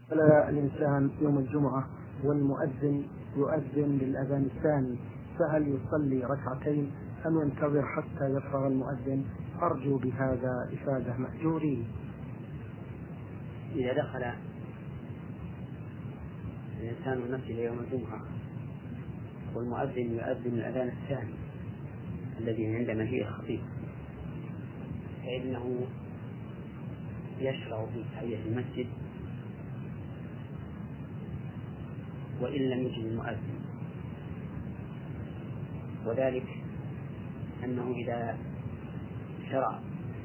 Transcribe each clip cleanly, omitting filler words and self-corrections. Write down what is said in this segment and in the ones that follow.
فلا الإنسان يوم الجمعة والمؤذن يؤذن للأذان الثاني، فهل يصلي ركعتين أم ينتظر حتى يفرغ المؤذن؟ أرجو بهذا إفادة مأجورين. إذا دخل الإنسان المسجد يوم الجمعة والمؤذن يؤذن الأذان الثاني الذي عند مجيء الخطيب، فإنه يشرع في تحية المسجد وإن لم يجب المؤذن، وذلك أنه إذا شرع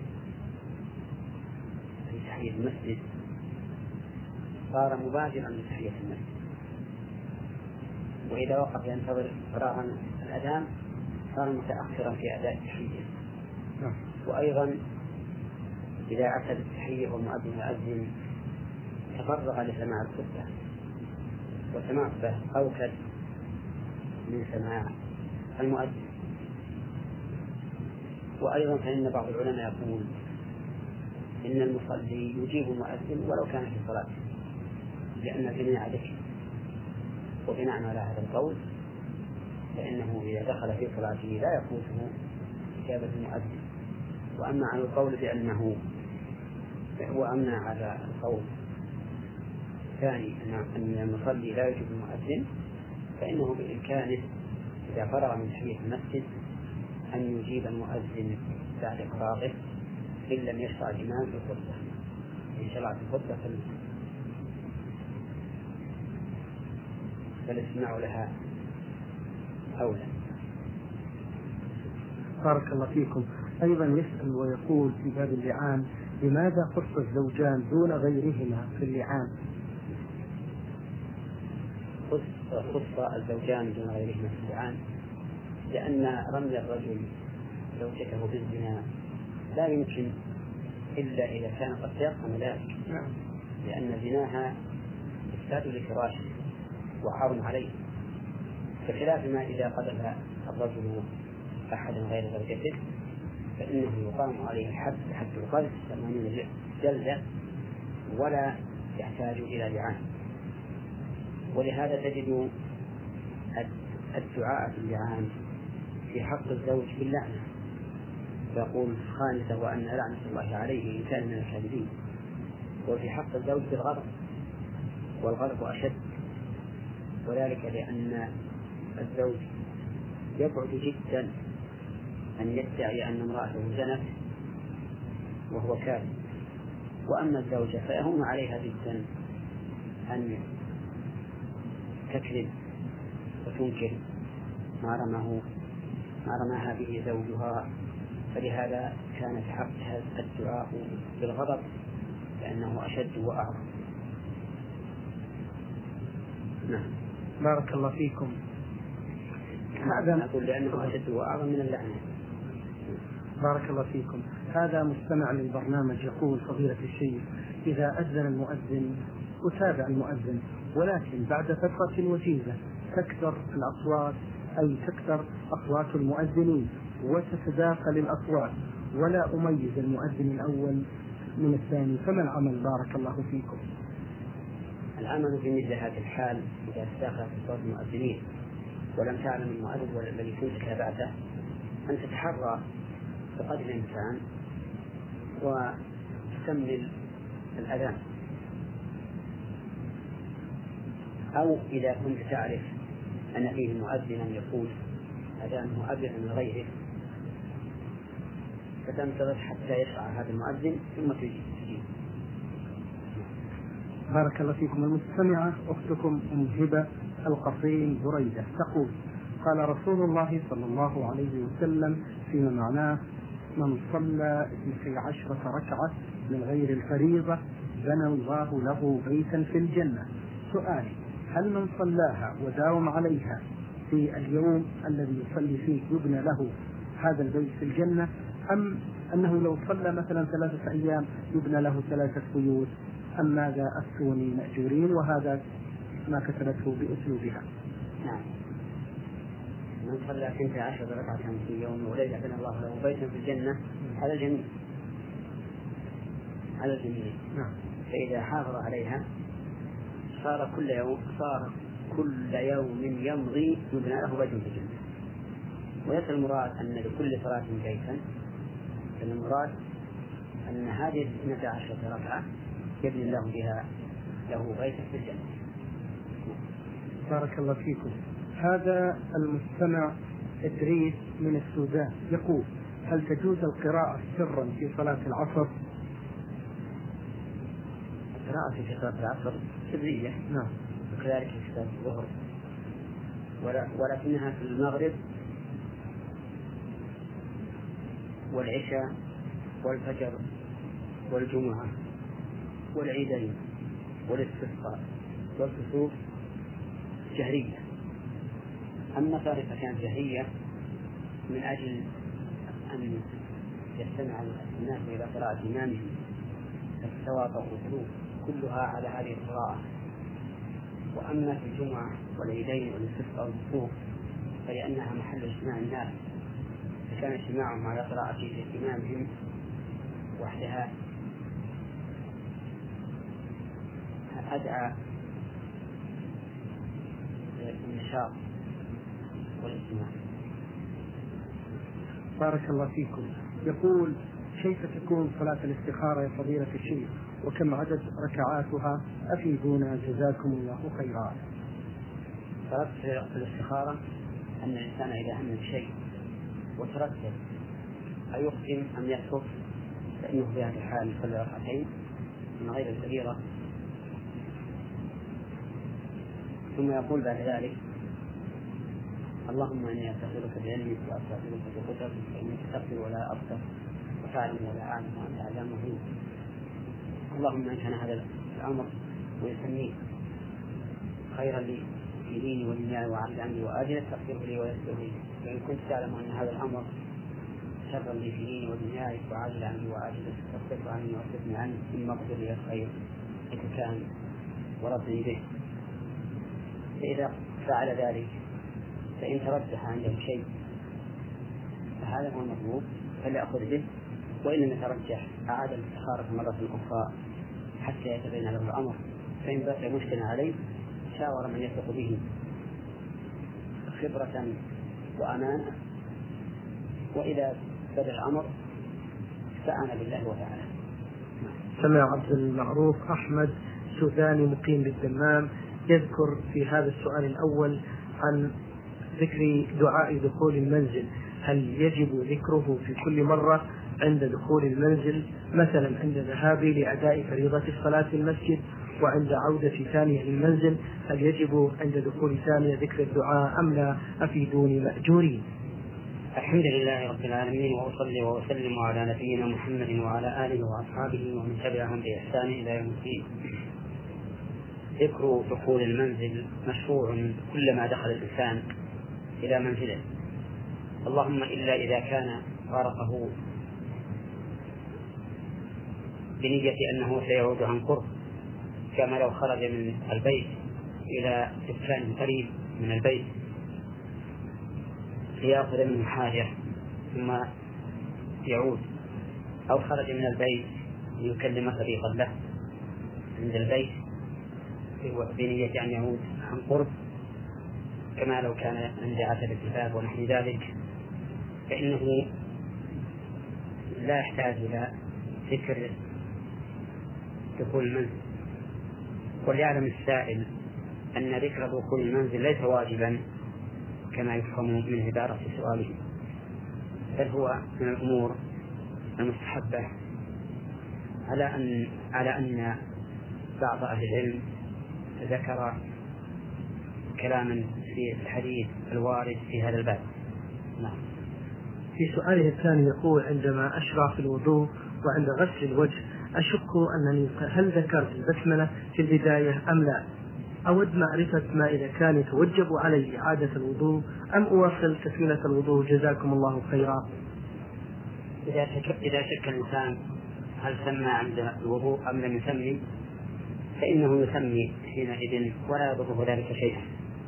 في تحية المسجد صار مبادرا لتحية المسجد، وإذا وقف ينتظر فراغ الأذان صار متأخرا في أداء التحية. وأيضا إذا أتى بالتحية والمؤذن يؤذن تفرغ لسماع الخطبة، وسماع الخطبة أوكد من سماع المؤذن. وأيضا فإن بعض العلماء يقول إن المصلي يجيب المؤذن ولو كان في صلاته، لأن الجميع ذكر، وبناء على هذا القول فإنه إذا دخل في صلاته لا يفوته إجابة المؤذن. وأما على القول بأنه وأما على القول الثاني أن المصلي لا يجيب المؤذن فإنه بإمكانه إذا فرغ من تحية المسجد أن يجيب المؤذن بعد فراغه إن لم يشرع الإمام في الخطبة. إن شرع في الخطبة فالاستماع لها أولى. بارك الله فيكم. أيضا يسأل ويقول في باب اللعان: لماذا خص الزوجان دون غيرهما في اللعان؟ خص الزوجان دون غيرهما في اللعان لأن رمي الرجل زوجته بالزنا لا يمكن إلا إذا كان قد تيقن ذلك، لأن زناها إفساد لفراشه وحرم عليه، بخلاف ما إذا قذف الرجل أحدا غير زوجته فإنه يقام عليه الحد، حد القذف 80 جلدة، ولا يحتاج إلى لعان. ولهذا تجد الدعاء في اللعان في حق الزوج باللعنة، يقول خالته وأن لعنة الله عليه إن كان من الكاذبين، وفي حق الزوج بالغضب، والغضب أشد، وذلك لأن الزوج يبعد جدا أن يدعي أن امرأته زنت وهو كاذب، وأما الزوجة فيهون عليها جدا أن تكذب وتنكر ما رماها به زوجها، فلهذا كان في حقها الدعاء بالغضب لأنه أشد وأعظم. نعم. بارك الله فيكم. هذا أقول لأنه أشد وأعظم من اللعنة. بارك الله فيكم. هذا مستمع للبرنامج يقول: فضيلة الشيخ، إذا أذن المؤذن أتابع المؤذن، ولكن بعد فترة وجيزة تكثر الأصوات، أي تكثر أصوات المؤذنين وتتداخل الأصوات، ولا أميز المؤذن الأول من الثاني، فما العمل بارك الله فيكم؟ العمل في مثل هذه الحال إذا تداخل أصوات المؤذنين ولم تعلم المؤذن والذي تمسك بعده أن تتحرى بقدر الإمكان وتكمل الأذان، أو إذا كنت تعرف أن فيه مؤذنا يقول أذانه أبلغ من غيره فتنتظر حتى يشرع هذا المؤذن ثم تجيب. بارك الله فيكم. المستمعة أختكم أم هبة القصيم بريدة تقول: قال رسول الله صلى الله عليه وسلم فيما معناه: من صلى 12 ركعة من غير الفريضة بنى الله له بيتا في الجنة. سؤالي: هل من صلاها وداوم عليها في اليوم الذي يصلي فيه يبنى له هذا البيت في الجنة، أم أنه لو صلى مثلا 3 أيام يبنى له 3 بيوت، أم ماذا؟ أفتوني مأجورين، وهذا ما كتبته بأسلوبها. نعم. من صلى 12 ركعة في يوم وليلة بنى الله له بيتا في الجنة، هذا جميل، هذا جميل. نعم. فإذا حافظ عليها صار كل يوم يمضي يبنى له بيت في الجنة. وليس المراد أن لكل صلاة بيتا، بل المراد أن هذه 12 ركعة يبني الله بها له بيتا في الجنة. بارك الله فيكم. هذا المستمع إدريس من السودان يقول: هل تجوز القراءة سرا في صلاة العصر؟ القراءة في صلاة العصر سرية، نعم، وكذلك في صلاة الظهر، ولكنها في المغرب والعشاء والفجر والجمعة والعيدين والاستسقاء والكسوف جهرية. أما ثالثة كانت جهرية من أجل أن يستمع الناس إلى قراءة إمامهم فالثواب والقلوب كلها على هذه القراءة. وأما في الجمعة والعيدين والاستسقاء والكسوف فلأنها محل اجتماع الناس، فكان اجتماعهم على قراءة إمامهم وحدها أدعى للنشاط والاجتماع. بارك الله فيكم. يقول: كيف تكون صلاة الاستخارة يا فضيلة الشيخ، وكم عدد ركعاتها؟ أفيدونا جزاكم الله خيرا. صلاة الاستخارة أن الإنسان إذا هم بشيء وتردد أيقسم أم يسكت فإنه في هذه الحال يصلي ركعتين من غير الكبيرة، ثم يقول بعد ذلك: اللهم إني أستغفرك بعلمك وأستغفرك بقدرتك فإنك تغفر ولا أبصر وتعلم ولا أعلم وأنت علام الغيوب. اللهم إن كان هذا الأمر ويسميه خيرا لي في ديني ودنياي وعمل عندي وآجل استغفره لي ويسره لي، وإن كنت تعلم أن هذا الأمر شرا لي في ديني ودنياي وعاجل عني وآجل استغفره عني واصرفني عنه ثم اغفر لي الخير إذا كان ورضني به. فإذا فعل ذلك فإن ترجح عنده شيء فهذا هو المطلوب فليأخذ به، وإن لم يترجح أعاد الاستخارة مرة أخرى حتى يتبين له الأمر، فإن بقي مشكلة عليه شاور من يثق به خبرة وأمانة، وإذا بدا الأمر استعان بالله وتعالى. سمع عبد المعروف أحمد سوداني مقيم بالدمام يذكر في هذا السؤال الأول عن ذكر دعاء دخول المنزل، هل يجب ذكره في كل مرة عند دخول المنزل، مثلا عند ذهابي لأداء فريضة الصلاة في المسجد وعند عودة ثانية للمنزل هل يجب عند دخول ثانية ذكر الدعاء أم لا؟ أفيدوني مأجورين. الحمد لله رب العالمين، وأصلي وأسلم على نبينا محمد وعلى آله وأصحابه ومن تبعهم بإحسان إلى يوم الدين. ذكر دخول المنزل مشروع كلما دخل الإنسان إلى منزله، اللهم إلا إذا كان غرقه بنية أنه سيعود عن قرب، كما لو خرج من البيت إلى سكان قريب من البيت ليأخذ منه حاجة ثم يعود، أو خرج من البيت ليكلم صديقا له عند البيت بنية أن يعود عن قرب، كما لو كان عند عتبة الباب ونحو ذلك، فإنه لا يحتاج إلى ذكر دخول المنزل. وليعلم السائل أن ذكر دخول المنزل ليس واجبا كما يفهم من عبارة سؤاله، بل هو من الأمور المستحبة، على أن بعض أهل العلم ذكر كلاما في الحديث الوارد في هذا الباب. نعم. في سؤاله الثاني يقول: عندما أشرع في الوضوء وعند غسل الوجه أشك أنني هل ذكرت البسملة في البداية أم لا؟ أود معرفة ما إذا كان يتوجب علي إعادة الوضوء أم أواصل تكملة الوضوء، جزاكم الله خيرا. إذا شك الإنسان هل سمى عند الوضوء أم لم يسمي فإنه يسمي حينئذ ولا يضره ذلك شيئا،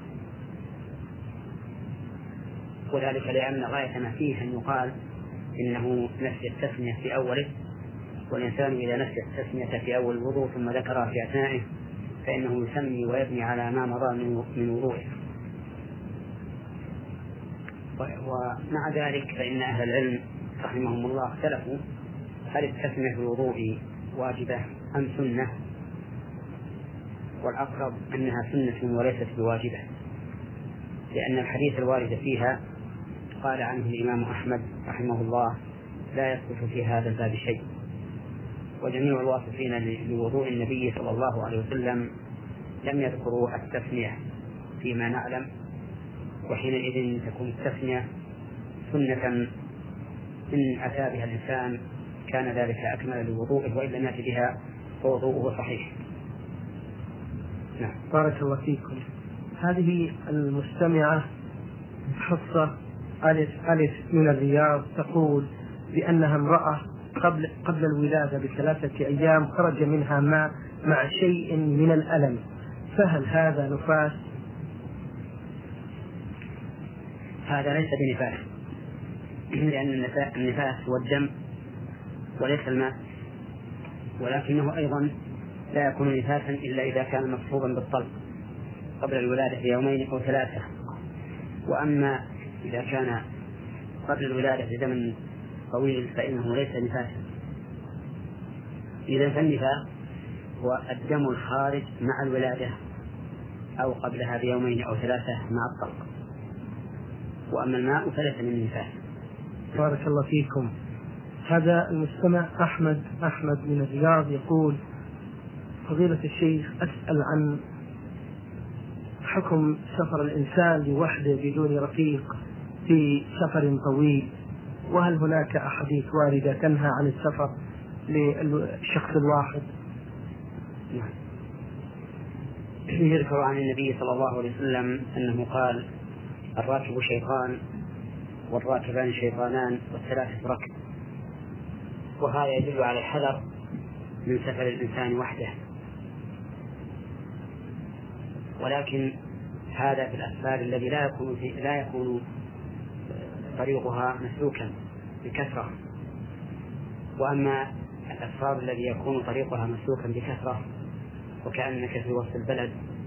وذلك لأن غاية ما فيه أن يقال إنه نسي التسمية في أوله، والإنسان إذا نسي التسمية في أول الوضوء ثم ذكرها في أثنائه فإنه يسمي ويبني على ما مضى من وضوءه. ومع ذلك فإن أهل العلم رحمهم الله اختلفوا هل التسمية في الوضوء واجبة أم سنة، والأقرب أنها سنة وليست بواجبة، لأن الحديث الوارد فيها قال عنه الإمام أحمد رحمه الله لا يثبت في هذا الباب شيء، وجميع الواصفين لوضوء النبي صلى الله عليه وسلم لم يذكروا التسمية فيما نعلم، وحينئذ تكون التسمية سنة إن أتى بها الإنسان كان ذلك أكمل لوضوءه، وإن لم يأت بها فوضوءه صحيح. نعم. بارك الله فيكم. هذه المستمعة حصة ألف من الرياض تقول بأنها امرأة قبل الولادة ب3 أيام خرج منها ماء مع شيء من الألم، فهل هذا نفاس؟ هذا ليس بنفاس، لأن النفاس هو الدم وليس الماء، ولكنه أيضا لا يكون نفاسا إلا إذا كان مصحوبا بالطلق قبل الولادة ب2 أو 3. وأما إذا كان قبل الولادة بزمن طويل فإنه ليس نفاسا. إذا فالنفاس هو الدم الخارج مع الولادة أو قبلها ب2 أو 3 مع الطلق، وأما الماء فليس من النفاس. بارك الله فيكم. هذا المستمع أحمد من الرياض يقول فضيلة الشيخ أسأل عن حكم سفر الإنسان لوحده بدون رفيق في سفر طويل، وهل هناك أحاديث واردة تنهى عن السفر للشخص الواحد؟ يذكر عن النبي صلى الله عليه وسلم أنه قال الراكب شيطان والراكبان شيطانان والثلاثة ركب، وهذا يدل على الحذر من سفر الإنسان وحده. ولكن هذا في الأسفار الذي لا يكون طريقها مسلوكا بكثرة، وأما الأسفار الذي يكون طريقها مسلوكا بكثرة وكأنك في وسط البلد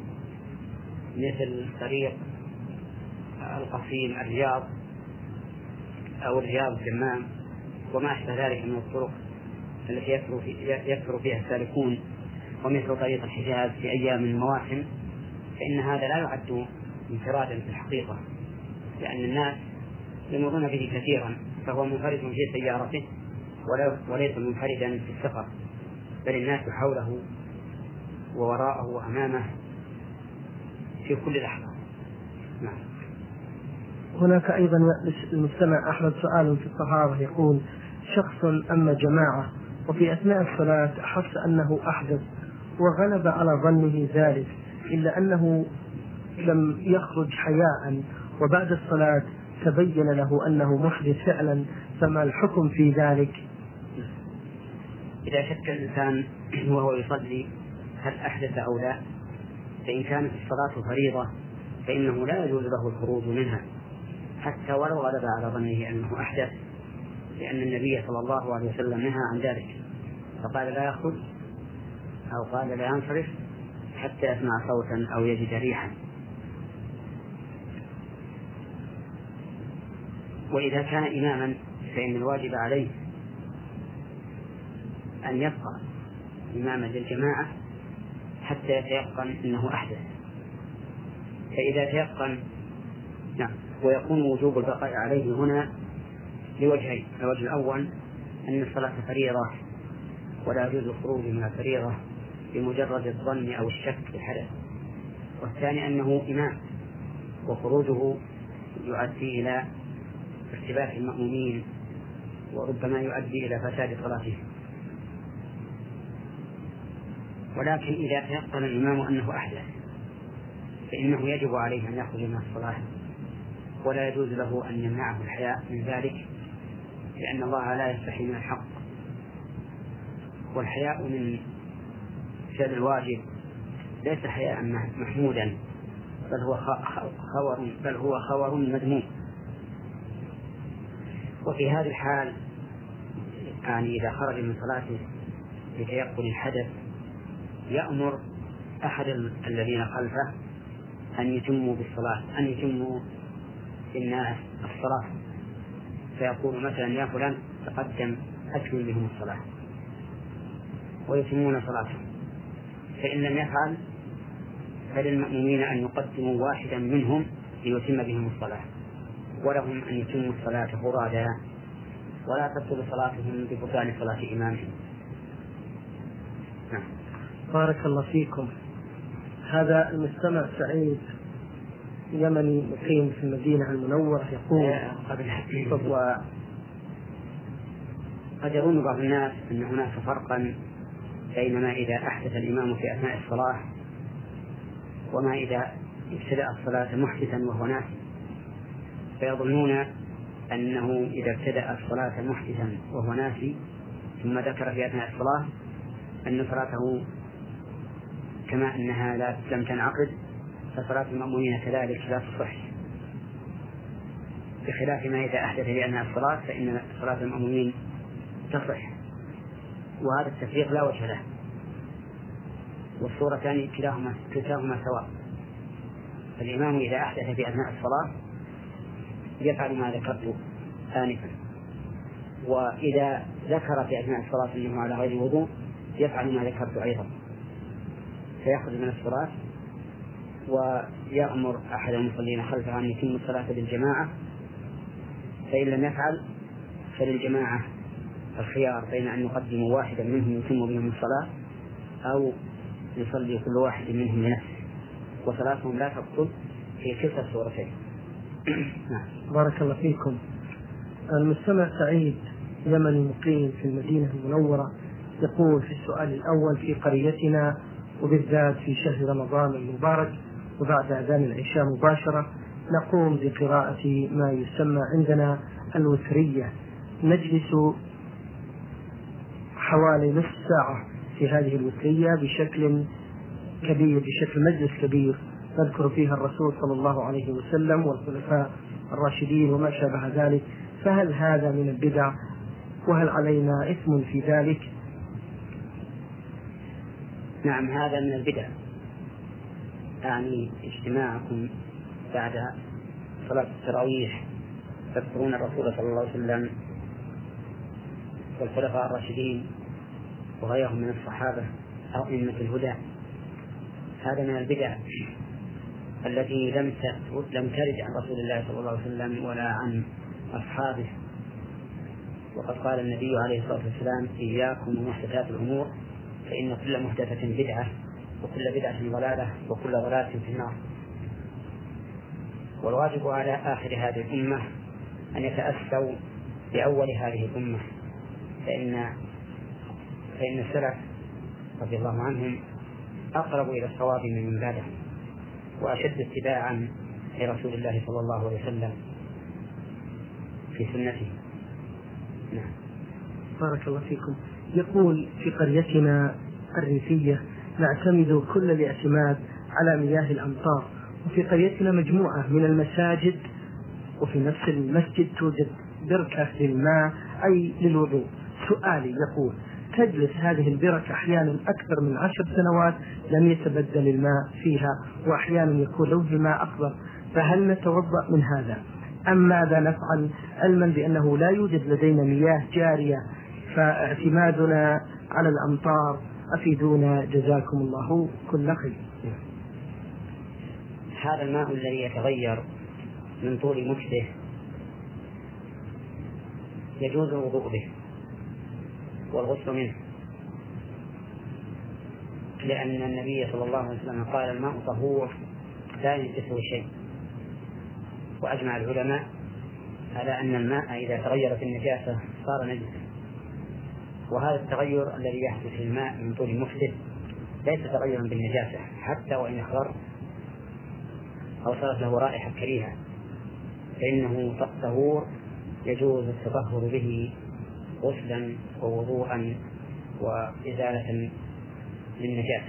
مثل طريق القصيم الرياض أو الرياض الدمام وما أشبه ذلك من الطرق التي يكثر فيها السالكون، ومثل طريق الحجاز في أيام المواسم، فإن هذا لا يعد انفرادا في الحقيقة، لأن الناس يمرون به كثيرا، فهو منفرد في سيارته وليس منفردا في السفر، بل الناس حوله ووراءه وأمامه في كل لحظة. نعم. هناك أيضا المستمع أحمد سؤال في الطهارة يقول شخص أما جماعة وفي أثناء الصلاة أحس أنه أحدث وغلب على ظنه ذلك، إلا أنه لم يخرج حياء، وبعد الصلاة تبين له أنه محدث فعلا، فما الحكم في ذلك؟ إذا شك الإنسان وهو يصلي هل أحدث أو لا، فإن كانت الصلاة فريضة فإنه لا يجوز له الخروج منها حتى ولو غلب على ظنه أنه أحدث، لأن النبي صلى الله عليه وسلم نهى عن ذلك، فقال لا يخرج أو قال لا ينصرف حتى يسمع صوتا أو يجد ريحا. وإذا كان إماما فإن الواجب عليه أن يبقى إماما للجماعة حتى يتيقن أنه أحدث، فإذا تيقن نعم. ويكون وجوب البقاء عليه هنا لوجهين: الوجه الأول أن الصلاة فريضة ولا يجوز الخروج من الفريضة بمجرد الظن أو الشك في الحدث، والثاني أنه إمام وخروجه يؤدي إلى ارتباك المأمومين وربما يؤدي إلى فساد صلاتهم. ولكن إذا تيقن الإمام أنه أحدث فإنه يجب عليه أن يخرج من الصلاة، ولا يجوز له أن يمنعه الحياء من ذلك، لأن الله لا يستحي من الحق، والحياء من فعل الواجب ليس حياء محمودا، بل هو خور مذموم. وفي هذه الحال يعني إذا خرج من صلاته بتيقن الحدث يأمر أحد الذين خلفه أن يتموا بالصلاة، أن يتموا بالناس الصلاة، فيقول مثلا يا فلان تقدم أكمل بهم الصلاة ويتمون صلاتهم، فإن لم يفعل فللمأمومين أن يقدموا واحدا منهم ليتم بهم الصلاة، ولهم أن يتموا الصلاة فرادا ولا تبطل صلاتهم ببطلان صلاة إمامهم. بارك الله فيكم. هذا المستمع سعيد يمني مقيم في المدينة المنورة يقول قد يظن بعض الناس أن هناك فرقا بين ما إذا أحدث الإمام في أثناء الصلاة وما إذا ابتدأ الصلاة محدثا وهو ناسي، فيظنون أنه إذا ابتدأ الصلاة محدثا وهو ناسي ثم ذكر في أثناء الصلاة أن صلاته كما أنها لم تنعقد فصلاة المأمومين كذلك لا تصح، بخلاف ما إذا أحدث في أثناء الصلاة فإن صلاة المأمومين تصح، وهذا التفريق لا وجه له، والصورتان كلاهما سواء. فالإمام إذا أحدث في أثناء الصلاة يفعل ما ذكرت آنفا، وإذا ذكر في أثناء الصلاة أنه على غير وضوء يفعل ما ذكرت أيضا، فيأخذ من الصلاة ويأمر أحد المصلين خلفه أن يتم الصلاة بالجماعة، فإن لم يفعل فللجماعة الخيار بين أن يقدموا واحدا منهم يتم بهم الصلاة أو يصلي كل واحد منهم لنفسه، وصلاتهم لا تبطل في كلتا الصورتين. بارك الله فيكم. المستمع سعيد يمني مقيم في المدينة المنورة يقول في السؤال الأول: في قريتنا وبالذات في شهر رمضان المبارك وبعد أذان العشاء مباشرة نقوم بقراءة ما يسمى عندنا الوترية، نجلس حوالي نصف ساعة في هذه الوترية بشكل كبير، بشكل مجلس كبير نذكر فيها الرسول صلى الله عليه وسلم والخلفاء الراشدين وما شابه ذلك، فهل هذا من البدع وهل علينا إثم في ذلك؟ نعم، هذا من البدع، يعني اجتماعكم بعد صلاة التراويح تذكرون الرسول صلى الله عليه وسلم والخلفاء الراشدين وغيرهم من الصحابة أو أئمة الهدى، هذا من البدع التي لم ترد عن رسول الله صلى الله عليه وسلم ولا عن أصحابه. وقد قال النبي عليه الصلاة والسلام: إياكم ومحدثات الأمور فإن كل محدثة بدعة وكل بدعة ضلالة وكل ضلالة في النار. والواجب على آخر هذه الأمة أن يتأسوا بأول هذه الأمة، فإن السلف رضي الله عنهم أقرب إلى الصواب من بعدهم وأشد اتباعا لرسول الله صلى الله عليه وسلم في سنته. نعم. بارك الله فيكم. يقول: في قريتنا الريفية نعتمد كل الاعتماد على مياه الأمطار، وفي قريتنا مجموعة من المساجد وفي نفس المسجد توجد بركة للماء أي للوضوء. سؤالي يقول: تجلس هذه البركة أحيانا أكثر من 10 سنوات لم يتبدل الماء فيها، وأحيانا يكون لون الماء أخضر، فهل نتوضأ من هذا أم ماذا نفعل، علما بأنه لا يوجد لدينا مياه جارية فاعتمادنا على الأمطار؟ أفيدونا جزاكم الله كل خير. هذا الماء الذي يتغير من طول مكثه يجوز الوضوء به والغسل منه، لأن النبي صلى الله عليه وسلم قال: الماء طهور لا ينجسه شيء. وأجمع العلماء على أن الماء إذا تغير في النجاسة صار نجسا، وهذا التغير الذي يحدث في الماء من طول مكثه ليس تغيرا بالنجاسة حتى وإن اخضر أو صارت له رائحة كريهة، فإنه طهور يجوز التطهر به غسلا ووضوءا وإزالة للنجاسة.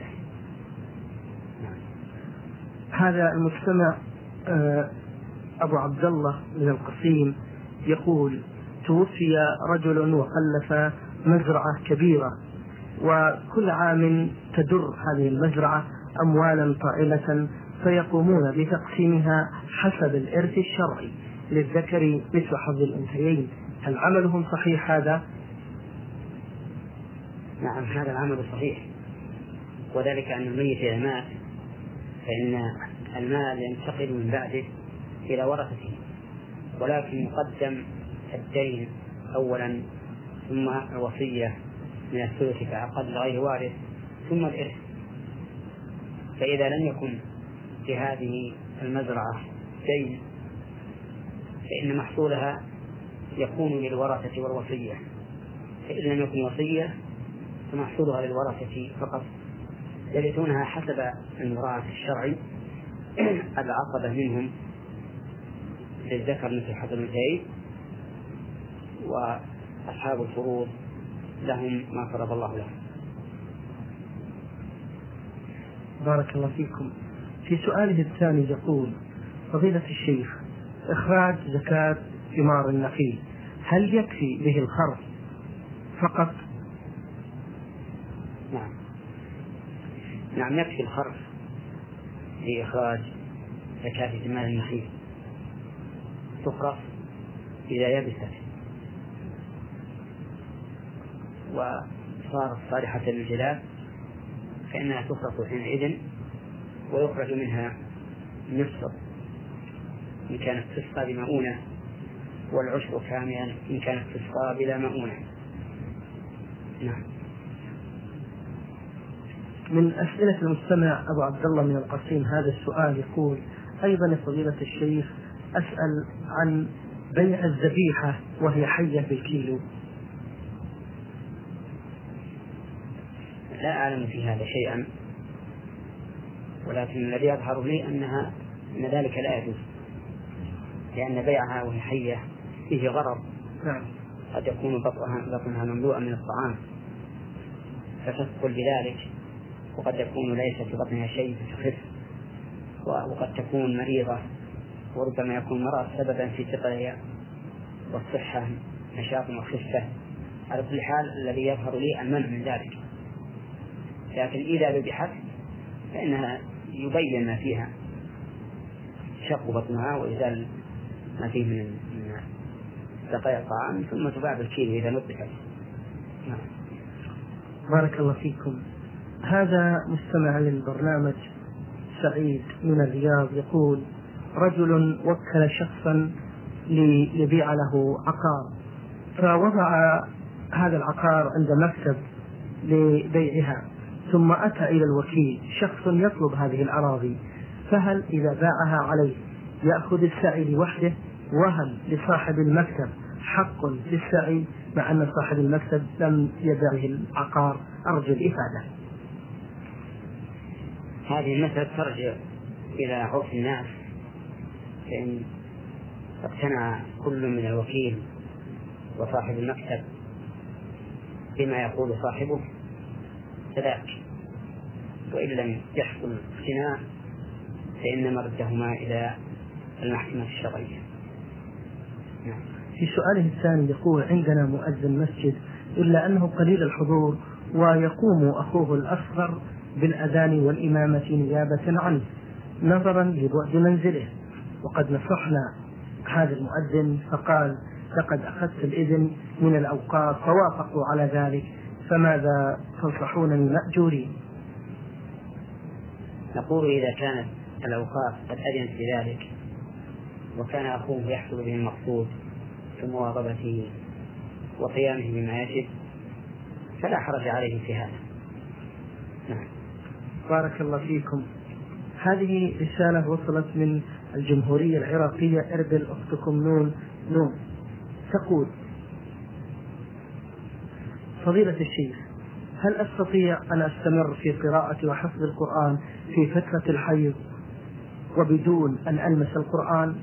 هذا المستمع أبو عبد الله من القصيم يقول: توفي رجل وخلف مزرعة كبيرة، وكل عام تدر هذه المزرعة أموالا طائلة فيقومون بتقسيمها حسب الإرث الشرعي للذكر مثل حظ الأنثيين، هل عملهم صحيح هذا؟ نعم، هذا العمل صحيح، وذلك أن الميت إذا مات فإن المال ينتقل من بعده إلى ورثته، ولكن يقدم الدين أولا ثم الوصية من الثلث كعقد غير وارث ثم الإرث. فإذا لم يكن في هذه المزرعة دين فإن محصولها يكون للورثة والوصية، فإن لم يكن وصية فمحصولها للورثة فقط، يرثونها حسب الميراث الشرعي. العقبة منهم للذكر مثل حظ الأنثيين، وأصحاب الفروض لهم ما فرض الله لهم. بارك الله فيكم. في سؤاله الثاني يقول: فضيلة الشيخ، إخراج زكاة ثمار النخيل هل يكفي به الخرف فقط؟ نعم، يكفي الخرف لإخراج زكاة ثمار النخيل، تخرف إذا يبست وصارت صالحة للجلاب فإنها تخرف حينئذ، ويخرج منها نصف إن كانت تسقى بمؤونة، والعشر كاملا إن كانت تسقى بلا مؤونة. نعم. من أسئلة المستمع أبو عبد الله من القصيم هذا السؤال، يقول: أيضا فضيلة الشيخ، أسأل عن بيع الذبيحة وهي حية بالكيلو. لا أعلم في هذا شيئا، ولكن الذي يظهر لي أن ذلك لا يجوز، لأن بيعها وهي حية فيه غرض. نعم. قد يكون بطنها مملوءا من الطعام فتثقل بذلك، وقد يكون ليس في بطنها شيء فتخف، وقد تكون مريضة، وربما يكون مرض سببا في ثقلها والصحة نشاط وخفة. على كل حال الذي يظهر لي المنع من ذلك، لكن إذا ذبحت فإنها يبين ما فيها، شق بطنها وإزال ما فيه من بقايا الطعام، ثم تباع بالكيلو إذا نطقت. بارك الله فيكم. هذا مستمع للبرنامج سعيد من الرياض يقول: رجل وكل شخصا ليبيع له عقار، فوضع هذا العقار عند مكتب لبيعها، ثم أتى إلى الوكيل شخص يطلب هذه الأراضي، فهل إذا باعها عليه يأخذ السعي لوحده، وهل لصاحب المكتب حق في السعي مع أن صاحب المكتب لم يبيعه العقار؟ أرجو الإفادة. هذه المسألة ترجع إلى عرف الناس، فإن اقتنع كل من الوكيل وصاحب المكتب بما يقول صاحبه فذاك، وإن لم يحصل اقتناع فإن مردهما إلى المحكمة الشرعية. في سؤاله الثاني يقول: عندنا مؤذن مسجد إلا أنه قليل الحضور، ويقوم أخوه الأصغر بالأذان والإمامة نيابة عنه نظرا لبعد منزله، وقد نصحنا هذا المؤذن فقال: لقد أخذت الإذن من الأوقاف فوافقوا على ذلك، فماذا تنصحونني مأجورين؟ نقول: إذا كانت الأوقاف قد أذنت بذلك وكان أخوه يحصل به المقصود في مواظبته وقيامه بما يجب فلا حرج عليه في هذا. نعم. بارك الله فيكم. هذه رسالة وصلت من الجمهورية العراقية، إربل أختكم نون تقول: فضيلة الشيخ، هل أستطيع أن أستمر في قراءة وحفظ القرآن في فترة الحيض وبدون أن ألمس القرآن؟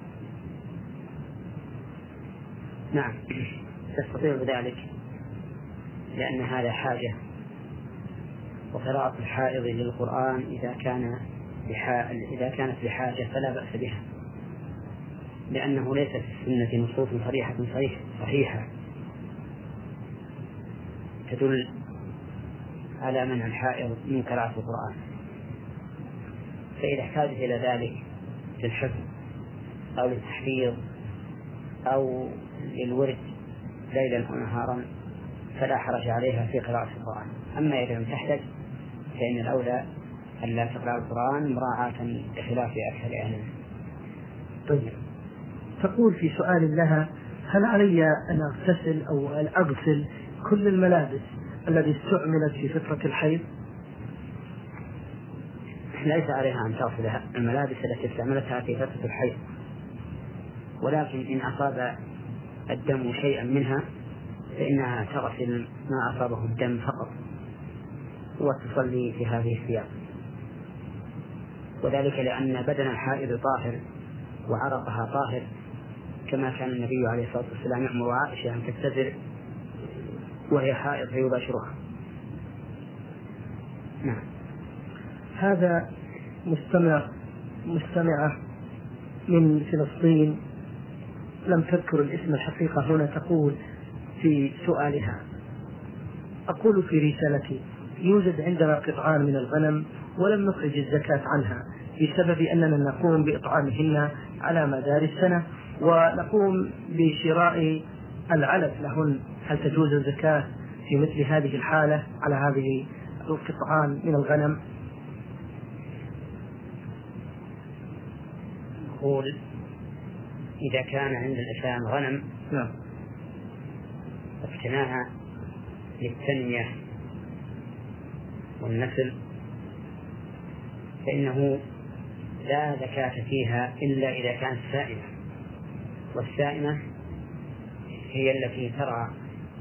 نعم، تستطيع بذلك، لأن هذا حاجة، وقراءة الحائض للقرآن إذا كانت بحاجة فلا بأس بها، لأنه ليس في السنة نصوص صحيحة تدل على منع الحائض من قراءة القرآن، فإذا احتاجت إلى ذلك للحفظ أو للتحفيظ أو للورد ليلا ونهارا فلا حرج عليها في قراءة القرآن. أما إذا لم تحتج فإن الأولى أن لا تقرأ القرآن مراعاة بخلاف أكثر أهله. طيب، تقول في سؤال لها: هل علي أن أغتسل أو أن أغسل كل الملابس التي استعملت في فترة الحيض؟ ليس عليها أن تغسل الملابس التي استعملتها في فترة الحيض، ولكن إن أصاب الدم شيئا منها فإنها تغسل ما أصابه الدم فقط وتصلي في هذه الثياب، وذلك لأن بدن الحائض طاهر وعرقها طاهر، كما كان النبي عليه الصلاة والسلام يأمر عائشة أن تغتسل وهي حائض فيباشرها. نعم. هذا مستمعة من فلسطين لم تذكر الاسم الحقيقة هنا، تقول في سؤالها: أقول في رسالتي: يوجد عندنا قطعان من الغنم ولم نخرج الزكاة عنها بسبب أننا نقوم بإطعامهن على مدار السنة ونقوم بشراء العلف لهن، هل تجوز الزكاة في مثل هذه الحالة على هذه القطعان من الغنم؟ نقول إذا كان عند الإنسان غنم اقتناها للتنمية والنسل فإنه لا زكاة فيها إلا إذا كانت سائمة، والسائمة هي التي ترعى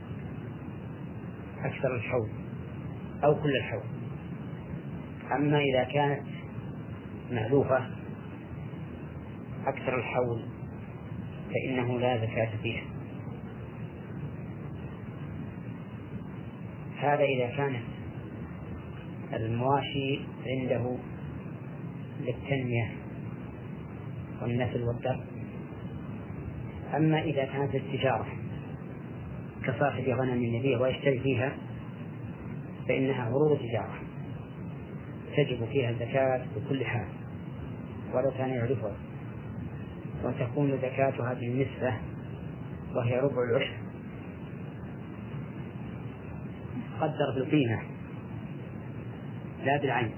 أكثر الحول أو كل الحول. أما إذا كانت مألوفة أكثر الحول فإنه لا زكاة فيها. هذا إذا كانت المواشي عنده للتنمية والنسل والدر. أما إذا كانت التجارة كصاحب غنم يبيع ويشتري فيها فإنها عروض تجارة تجب فيها الزكاة بكل حال ولو كان يعرفها، وتكون زكاتها بالنسبة وهي ربع العشر قدر بالقيمة لا بالعين.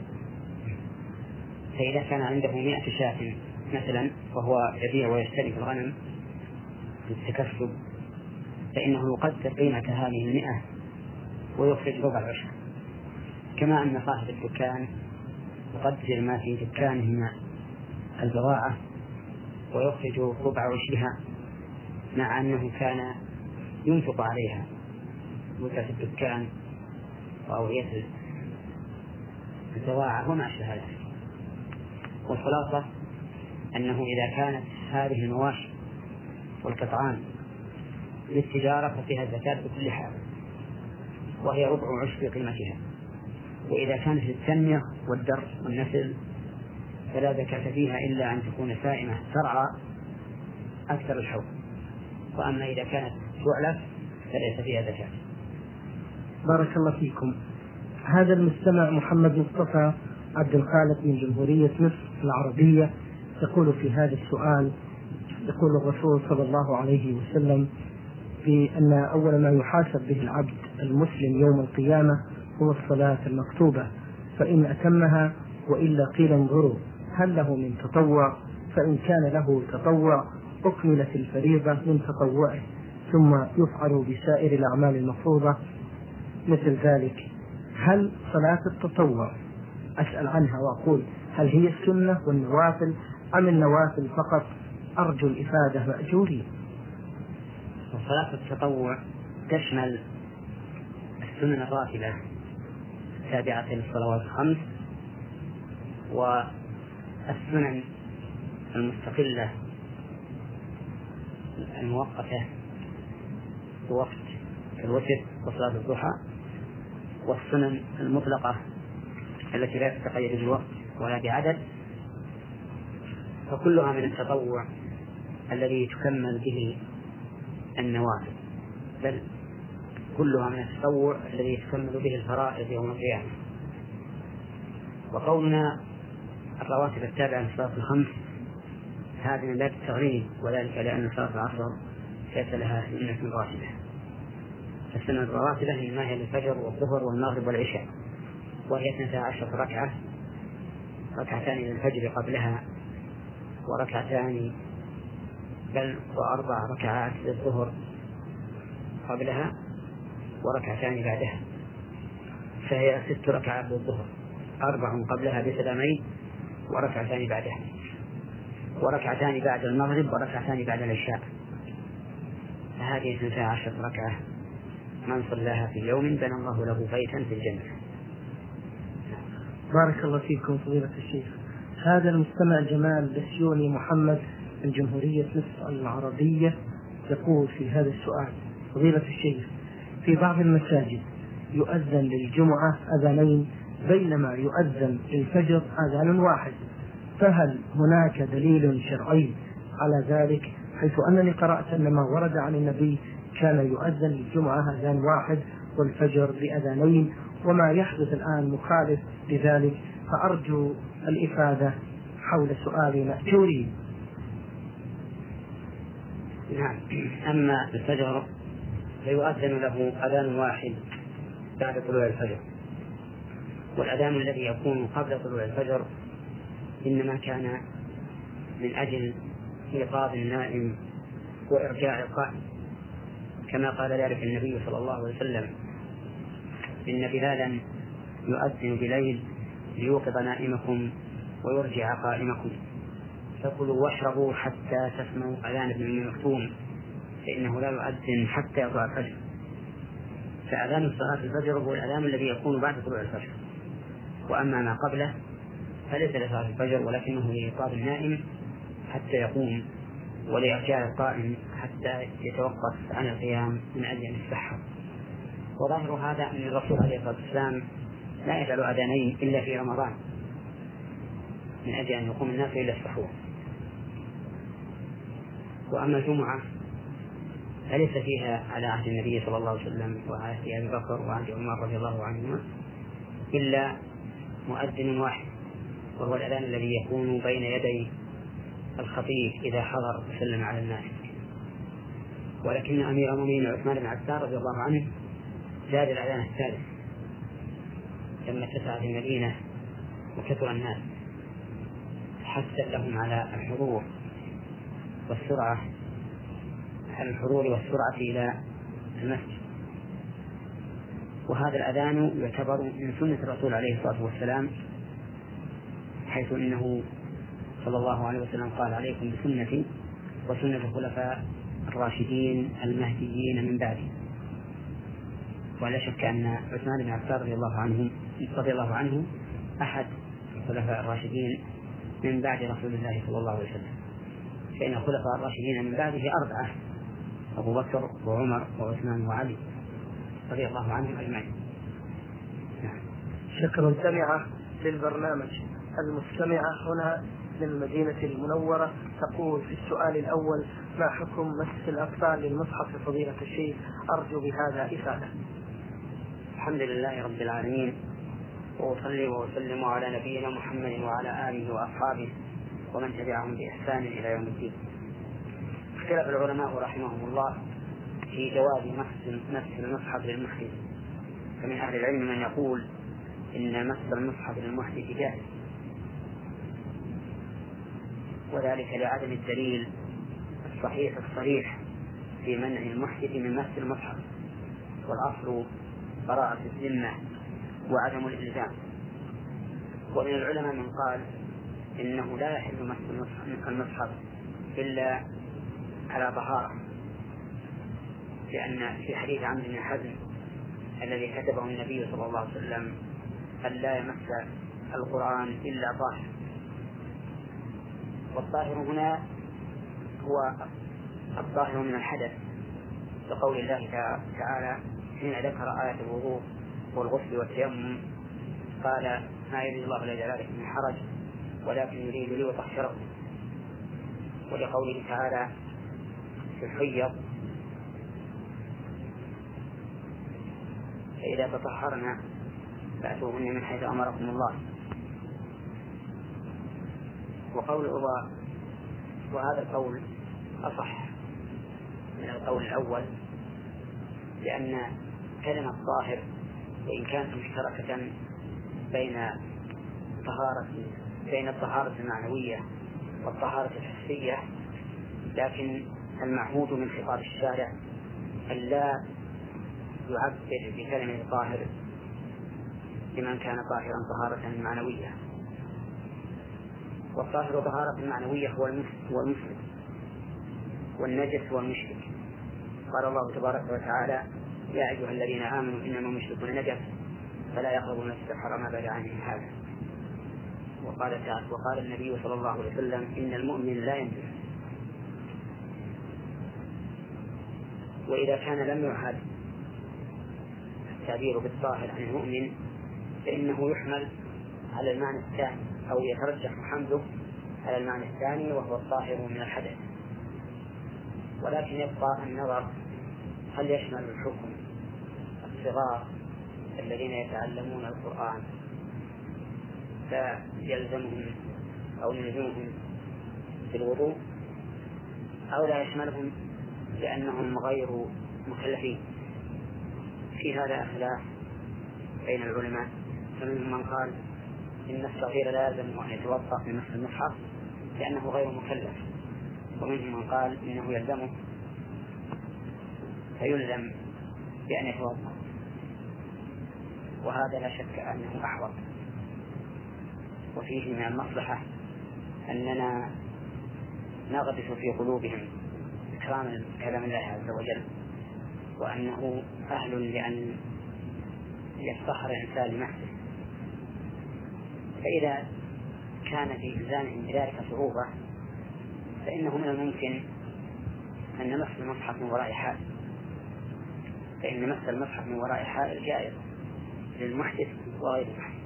فإذا كان عنده 100 شاة مثلا وهو يبيع ويشتري في الغنم للتكسب فإنه يقدر قيمة هذه 100 ويخرج ربع العشر، كما أن صاحب الدكان يقدر ما في دكانه من البضاعة ويخرج ربع عشرها، مع أنه كان ينفق عليها مدة الدكان وأوعية البضاعة وما أشبه ذلك. والخلاصة أنه إذا كانت هذه المواشي والقطعان للتجارة ففيها الزكاة بكل حال وهي ربع عشر قيمتها، وإذا كانت للتنمية والدر والنسل فلا زكاة فيها إلا أن تكون سائمة ترعى أكثر الحول، وأما إذا كانت تعلف فليس فيها زكاة. بارك الله فيكم. هذا المستمع محمد مصطفى عبد الخالق من جمهورية مصر العربية يقول في هذا السؤال: يقول الرسول صلى الله عليه وسلم في أن أول ما يحاسب به العبد المسلم يوم القيامة هو الصلاة المكتوبة، فإن أتمها وإلا قيل انظروا هل له من تطوع، فإن كان له تطوع أكملت الفريضة من تطوعه ثم يفعل بسائر الأعمال المفروضة مثل ذلك. هل صلاة التطوع أسأل عنها وأقول هل هي السنة والنوافل أم النوافل فقط؟ أرجو الإفادة مأجوري. وصلاة التطوع تشمل السنن الراتبة التابعة للصلوات الخمس والسنن المستقلة المؤقتة بوقت الوتر وصلاة الضحى، والسنن المطلقة التي لا تتقيد بالوقت ولا بعدد، فكلها من التطوع الذي تكمل به النوافل، بل كلها من التطوع الذي تكمل به الفرائض يوم القيامة. وقولنا الرواتب التابعة للصلاة الخمس هذه من باب التغليب، وذلك لأن صلاة العصر ليس لها سنة راتبة. السنة الراتبة هي ما هي للفجر والظهر والمغرب والعشاء، وهي 12 ركعة، ركعتان للفجر قبلها، وركعتان وأربع ركعات للظهر قبلها، وركعتان بعدها، فهي 6 ركعات للظهر، 4 قبلها بسلامين، وركعتان بعدها، وركعتان بعد المغرب، وركعتان بعد العشاء. فهذه 12 ركعة من صلاها في يوم بنى الله له بيتا في الجنة. بارك الله فيكم فضيلة الشيخ. هذا المستمع جمال بسيوني محمد من جمهورية مصر العربية يقول في هذا السؤال: فضيلة الشيخ، في بعض المساجد يؤذن للجمعة أذانين بينما يؤذن للفجر أذان واحد، فهل هناك دليل شرعي على ذلك؟ حيث أنني قرأت أن ما ورد عن النبي كان يؤذن للجمعة أذان واحد والفجر بأذانين، وما يحدث الآن مخالف لذلك، فأرجو الإفادة حول سؤالي مأجوري. نعم. أما الفجر فيؤذن له أذان واحد بعد طلوع الفجر، والأذان الذي يكون قبل طلوع الفجر إنما كان من أجل إيقاظ النائم وإرجاع القائم، كما قال ذلك النبي صلى الله عليه وسلم: إن بلالا يؤذن بليل ليوقظ نائمكم ويرجع قائمكم، فكلوا واشربوا حتى تسمعوا أذان ابن أم مكتوم فإنه لا يؤذن حتى يطلع الفجر. فأذان صلاة الفجر هو الأذان الذي يكون بعد طلوع الفجر، وأما ما قبله فليس لصلاة الفجر ولكنه لإيقاظ النائم حتى يقوم، ولإرجاع القائم حتى يتوقف عن القيام من أجل أن يتسحر. وظاهر هذا أن الرسول عليه الصلاة والسلام لا يفعل أذانين إلا في رمضان من أجل أن يقوم الناس إلى السحور. وأما الجمعة فليس فيها على عهد النبي صلى الله عليه وسلم وعلى عهد أبي بكر وعهد عمر رضي الله عنهما إلا مؤذن واحد، وهو الأذان الذي يكون بين يدي الخطيب إذا حضر وسلم على الناس. ولكن أمير المؤمنين عثمان بن عفان رضي الله عنه زاد الأذان الثالث لما اتسعت المدينة وكثر الناس، حث لهم على الحضور والسرعة إلى المسجد. وهذا الأذان يعتبر من سنة الرسول عليه الصلاة والسلام، حيث إنه صلى الله عليه وسلم قال: عليكم بسنتي وسنة الخلفاء الراشدين المهديين من بعدي. ولا شك أن عثمان بن عفان رضي الله عنه أحد الخلفاء الراشدين من بعد رسول الله صلى الله عليه وسلم، فإن الخلفاء الراشدين من بعده 4: أبو بكر وعمر وعثمان وعلي رضي الله عنهم أجمعين. شكرا سمعة للبرنامج. المستمعة هنا من المدينة المنورة تقول في السؤال الأول: ما حكم مس الأطفال للمصحف فضيلة الشيخ؟ أرجو بهذا إفادة. الحمد لله رب العالمين، وأصلي وأسلم على نبينا محمد وعلى آله وأصحابه ومن تبعهم بإحسان إلى يوم الدين. اختلف العلماء رحمهم الله في جواز مس المصحف للمحدث، فمن أهل العلم من يقول إن مس المصحف للمحدث جائز، وذلك لعدم الدليل الصريح في منع المحدث من مس المصحف، والأصل براءة الذمة وعدم الإلزام. ومن العلماء من قال إنه لا يحل مس المصحف إلا على طهارة، لأن في حديث عمرو بن حزم الذي كتبه النبي صلى الله عليه وسلم أن لا يمس القرآن إلا طاهر، والطاهر هنا هو الطاهر من الحدث، لقول الله تعالى حين ذكر آية الوضوء والغسل والتيمم قال: ما يريد الله ليجعل عليكم من حرج ولكن يريد ليطهركم. ولقوله تعالى في الحيض: فإذا تطهرنا فأتوهن من حيث أمركم الله. وهذا القول أصح من القول الأول، لأن كلمة طاهر وإن كانت مشتركة بين الطهارة المعنوية والطهارة الحسية، لكن المعهود من خطاب الشارع ألا يعبر بكلمة طاهر لمن كان طاهرا طهارة معنوية، والطاهر طهارة معنوية هو المسلم، والنجس هو المشرك. قال الله تبارك وتعالى: يا أيها الذين آمنوا إنما المشركون نجس فلا يقربوا المسجد الحرام بعد عامهم هذا. وقال النبي صلى الله عليه وسلم: إن المؤمن لا ينجس. وإذا كان لم يعهد التعبير بالطاهر عن المؤمن فإنه يحمل على المعنى الثاني، أو يترجح حمله على المعنى الثاني وهو الطاهر من الحدث. ولكن يبقى النظر هل يشمل الحكم الصغار الذين يتعلمون القرآن فيلزمهم أو يلزمهم بالوضوء، أو لا يشملهم لأنهم غير مكلفين. في هذا خلاف بين العلماء، فمنهم من قال إن الصغير لا يلزم أن يتوضأ من مسح المصحف لأنه غير مكلف، ومنهم من قال إنه يلزمه فيلزم بأن يتوضأ، وهذا لا شك أنه أحوط. وفيه من المصلحة أننا نغرس في قلوبهم إكرام كلام الله عز وجل، وأنه أهل لأن يفتخر الإنسان لنفسه. فإذا كان في إلزامهم بذلك صعوبة فإنه من الممكن أن نمس المصحف من وراء حائل، فإن مس المصحف من وراء حائل جائز للمحدث وغير المحدث.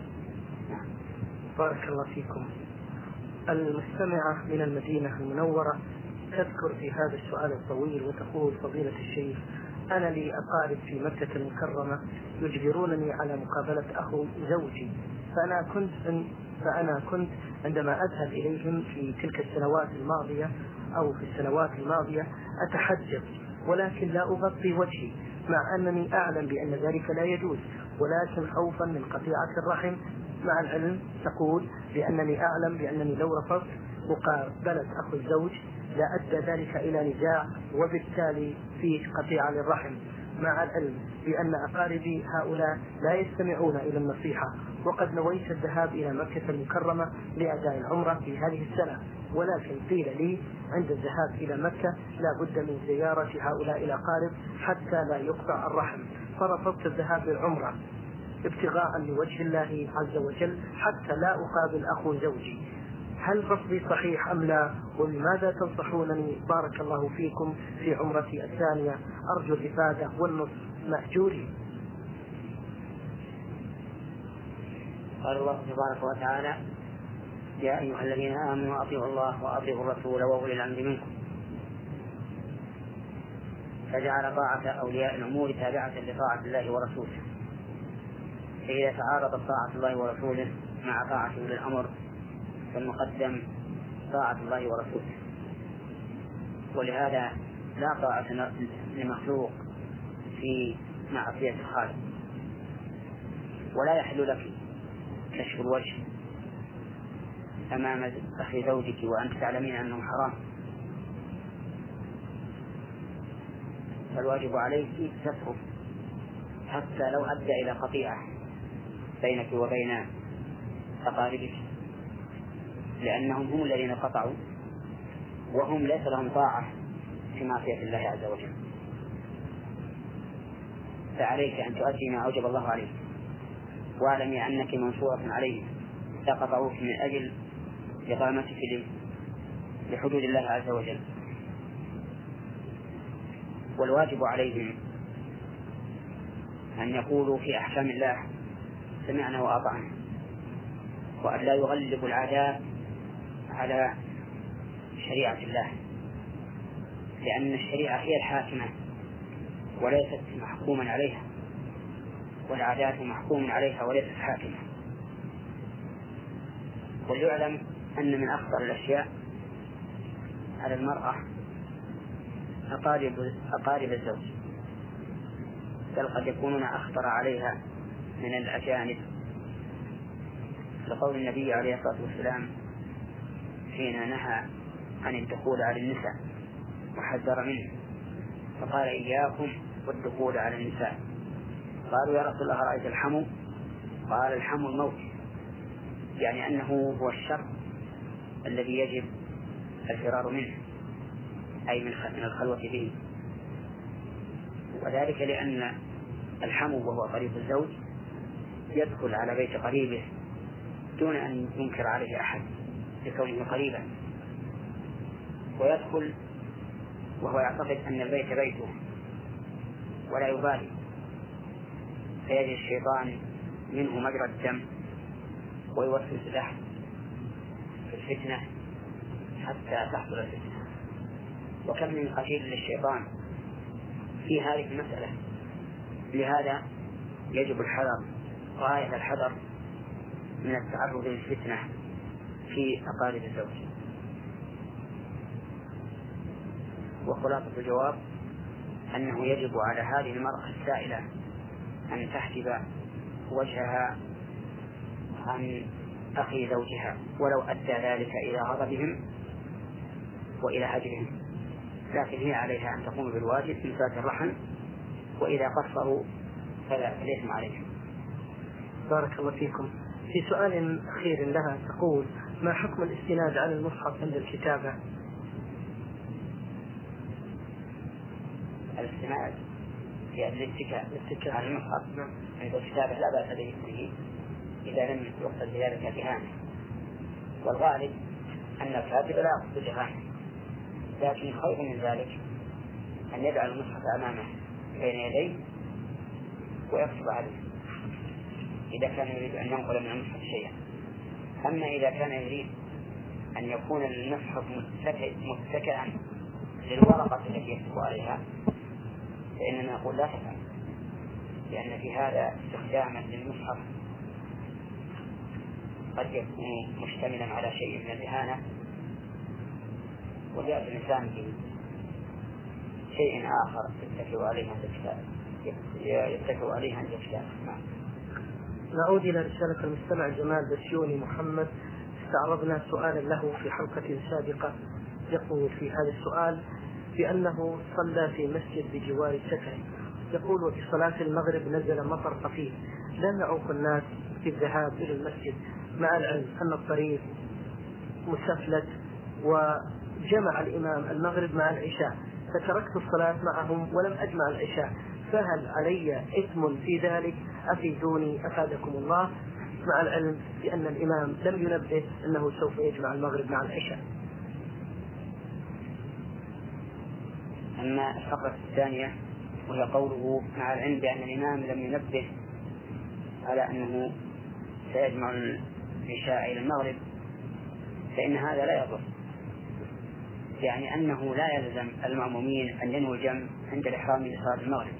بارك الله فيكم. المستمعة من المدينة المنورة تذكر في هذا السؤال الطويل وتقول: فضيلة الشيخ، أنا لي أقارب في مكة المكرمة يجبرونني على مقابلة أخو زوجي، فأنا كنت عندما أذهب إليهم في تلك السنوات الماضية أو في السنوات الماضية أتحجب، ولكن لا أغطي وجهي، مع أنني أعلم بأن ذلك لا يجوز، ولكن خوفا من قطيعة الرحم. مع العلم تقول بأنني أعلم بأنني لو رفضت مقابلة أخو الزوج لأدى ذلك إلى نزاع وبالتالي في قطيعة للرحم، مع العلم بأن أقاربي هؤلاء لا يستمعون إلى النصيحة، وقد نويت الذهاب إلى مكة المكرمة لأداء العمرة في هذه السنة، ولكن قيل لي عند الذهاب إلى مكة لا بد من زيارة هؤلاء الأقارب حتى لا يقطع الرحم، فرفضت الذهاب للعمرة ابتغاء لوجه الله عز وجل حتى لا أقابل أخو زوجي. هل رفضي صحيح أم لا؟ ولماذا تنصحونني بارك الله فيكم في عمرتي الثانية؟ أرجو الإفادة والنصح مأجوري. قال الله تبارك وتعالى: يا أيها الذين آمنوا أطيعوا الله وأطيعوا الرسول وأولي الأمر منكم، فجعل طاعة أولياء الأمور تابعة لطاعة الله ورسوله، فإذا تعارضت طاعة الله ورسوله مع طاعة أولي الأمر فالمقدم طاعة الله ورسوله. ولهذا لا طاعة لمخلوق في معصية الخالق، ولا يحل لك كشف الوجه أمام أخي زوجك وأنت تعلمين أنه حرام، فالواجب عليك ستره حتى لو أدى إلى قطيعة بينك وبين أقاربك، لأنهم هم الذين قطعوا وهم ليس لهم طاعة في معصية الله عز وجل. فعليك أن تؤدي ما أوجب الله عليك، واعلمي أنك منصورة عليه إذا قطعوك من أجل إقامتك لحدود الله عز وجل. والواجب عليهم أن يقولوا في أحكام الله سمعنا وأطعنا، وأن لا يغلب العداء على شريعة الله، لأن الشريعة هي الحاكمة وليست محكوما عليها، والعادات محكوم عليها وليست حاكمة. وليعلم أن من أخطر الأشياء على المرأة أقارب الزوج، بل قد يكونون أخطر عليها من الأجانب، لقول النبي عليه الصلاة والسلام حين نهى عن الدخول على النساء وحذر منه، فقال إياكم والدخول على النساء. قالوا يا رسول الله رأيت الحمو؟ قال الحمو الموت، يعني أنه هو الشر الذي يجب الفرار منه، أي من الخلوة به، وذلك لأن الحمو وهو قريب الزوج يدخل على بيت قريبه دون أن ينكر عليه أحد لكونه قريبا، ويدخل وهو يعتقد أن البيت بيته ولا يبالي، فيجري الشيطان منه مجرى الدم ويوسوس له في الفتنة حتى تحصل الفتنة. وكم من قتيل للشيطان في هذه المسألة، لهذا يجب الحذر غاية الحذر من التعرض للفتنة في أقارب الزوج. وخلاصة الجواب أنه يجب على هذه المرأة السائلة أن تحجب وجهها عن أخي زوجها ولو أدى ذلك إلى غضبهم وإلى هجرهم، لكن هي عليها أن تقوم بالواجب في صلة الرحم، وإذا قصروا فلا إثم عليهم. بارك الله فيكم. في سؤال أخير لها تقول: ما حكم الاستناد على المصحف عند الكتابة؟ الاستناد في الاتكاء على المصحف عند الكتابة لا بأس به إذا لم يقصد بذلك إهانة، والغالب أن الكاتب لا يقصد إهانة، لكن خير من ذلك أن يجعل المصحف أمامه بين يديه ويكتب عليه إذا كان يريد أن ينقل من المصحف شيئا. أما إذا كان يريد أن يكون المصحف متكئا للورقة التي يكتب عليها فإننا نقول لا تفعل، لأن في هذا استخداما للمصحف قد يكون مشتملا على شيء من الإهانة، وجاء الإنسان بشيء آخر يتكئ عليه عند الكتاب. نعود إلى رسالة المستمع جمال بسيوني محمد. استعرضنا سؤالا له في حلقة سابقة، يقول في هذا السؤال بأنه صلى في مسجد بجوار سكن، يقول: وفي صلاة المغرب نزل مطر خفيف، لم يعوق الناس في الذهاب إلى المسجد، مع العلم أن الطريق مسفلت، وجمع الإمام المغرب مع العشاء، فتركت الصلاة معهم ولم أجمع العشاء، فهل علي إثم في ذلك؟ أفيدوني أفادكم الله، مع العلم بأن الإمام لم ينبه أنه سوف يجمع المغرب مع العشاء. أما الفقرة الثانية وهي قوله مع العلم بأن الإمام لم ينبه على أنه سيجمع العشاء إلى المغرب، فإن هذا لا يضر، يعني أنه لا يلزم المأمومين أن ينووا الجمع عند الإحرام لصلاة المغرب،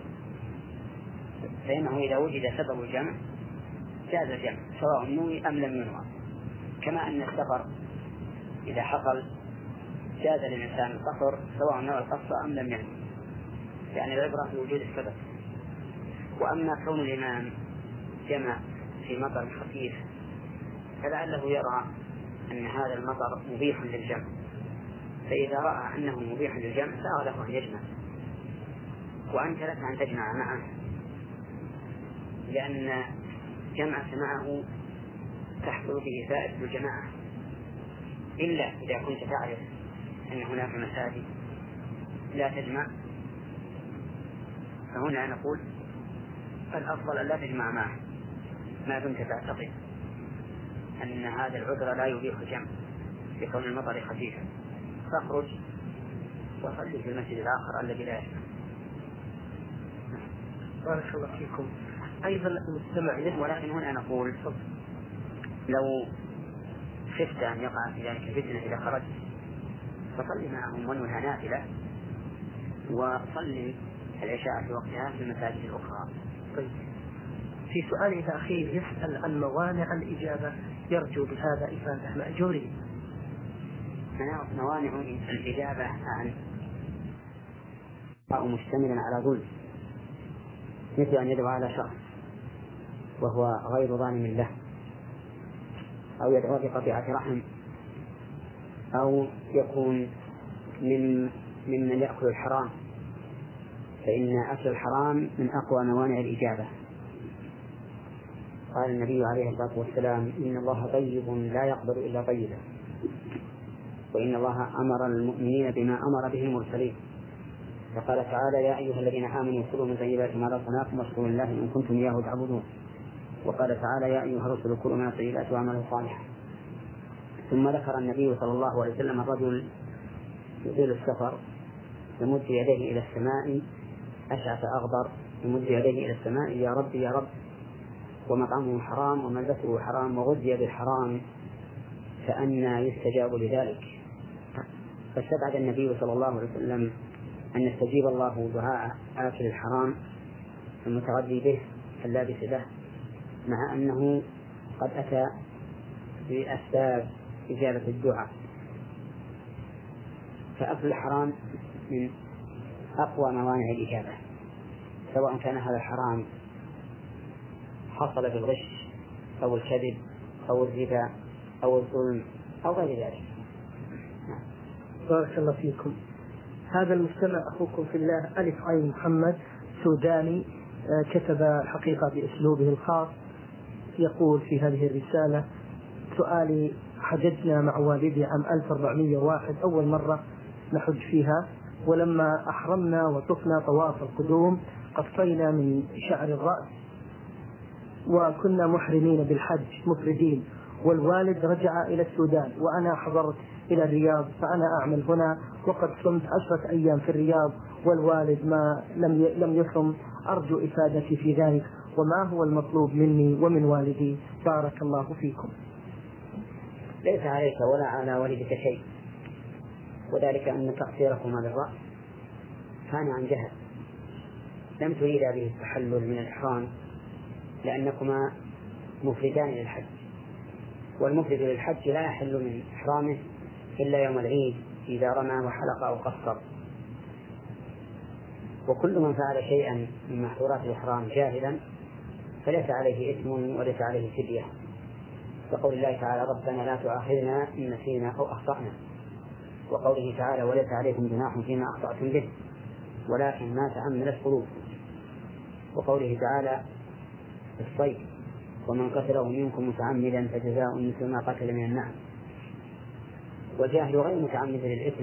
فإنه إذا وجد سبب الجمع جاز الجمع سواء نوي أم لم ينوى، كما أن السفر إذا حصل جاز للإنسان القصر سواء نوى القصر أم لم ينوى، يعني العبرة في وجود السبب. وأما كون الإمام جمع في مطر خفيف فلعله يرى أن هذا المطر مبيح للجمع، فإذا رأى أنه مبيح للجمع سأل له أن يجمع، وأنت لك أن تجمع معه، لأن جمعك معه تحصل به فائدة الجماعة، إلا إذا كنت تعرف أن هناك مساجد لا تجمع، فهنا نقول الأفضل أن لا تجمع معه ما دمت تعتقد أن هذا العذر لا يبيح الجمع بكون المطر خفيفا، فاخرج وصلي في المسجد الآخر الذي لا يجمع. بارك الله فيكم. أيضا المستمع ولكن هنا نقول لو خفت أن يقع في ذلك فتنة إذا خرجت فصلي معهم ونوها نافلة وصلي العشاء في وقتها في المساجد الأخرى. طيب. في سؤال أخير يسأل عن موانع الإجابة يرجو بهذا إفادة مأجورين. موانع الإجابة عن أو مشتملا على ظلم، مثل أن يدعو على شخص وهو غير ظالم له، أو يدعو بقطيعة رحم، أو يكون ممن يأكل الحرام، فإن أكل الحرام من أقوى موانع الإجابة. قال النبي عليه الصلاة والسلام: إن الله طيب لا يقبل إلا طيبا، وإن الله أمر المؤمنين بما أمر به المرسلين، فقال تعالى: يا أيها الذين آمنوا كلوا من طيبات ما رزقناكم واشكروا لله إن كنتم إياه تعبدون. وقال تعالى: يا أيها الرسل كلوا من الطيبات واعملوا صالحا. ثم ذكر النبي صلى الله عليه وسلم الرجل يطيل السفر يمد يديه إلى السماء أشعث أغبر، يمد يديه إلى السماء: يا رب يا رب، ومطعمه حرام وملبسه حرام وغذي بالحرام، فأنى يستجاب لذلك. فاستبعد النبي صلى الله عليه وسلم أن يستجيب الله دعاء آكل الحرام المتغذي به اللابس له، مع أنه قد أتى بأسباب إجابة الدعاء. فأكل الحرام من أقوى موانع الإجابة، سواء كان هذا الحرام حصل بالغش أو الكذب أو الربا أو الظلم أو غير ذلك. بارك الله فيكم. هذا المستمع أخوكم في الله ألف عين محمد سوداني، كتب حقيقة بأسلوبه الخاص، يقول في هذه الرسالة: سؤالي: حججنا مع والدي عام 1401 أول مرة نحج فيها، ولما أحرمنا وطفنا طواف القدوم قصينا من شعر الرأس وكنا محرمين بالحج مفردين، والوالد رجع إلى السودان وأنا حضرت إلى الرياض، فأنا أعمل هنا وقد صمت 10 أيام في الرياض والوالد ما لم يصم. أرجو إفادتي في ذلك، وما هو المطلوب مني ومن والدي؟ بارك الله فيكم. ليس عليك ولا على والدك شيء، وذلك أن تقصيركما للرأس كان عن جهل، لم تريدا به التحلل من الإحرام، لأنكما مفردان للحج، والمفرد للحج لا يحل من إحرامه إلا يوم العيد إذا رمى وحلق أو قصر. وكل من فعل شيئا من محظورات الإحرام جاهلا فليس عليه إثم وليس عليه فدية، كقول الله تعالى: ربنا لا تؤاخذنا إن نسينا أو أخطأنا، وقوله تعالى: وليس عليكم جناح فيما أخطأتم به ولكن ما تحملت قلوبكم، وقوله تعالى في الصيد: ومن قتله منكم متعمدا فجزاء مثل ما قتل من النعم. والجاهل غير متعمد للإثم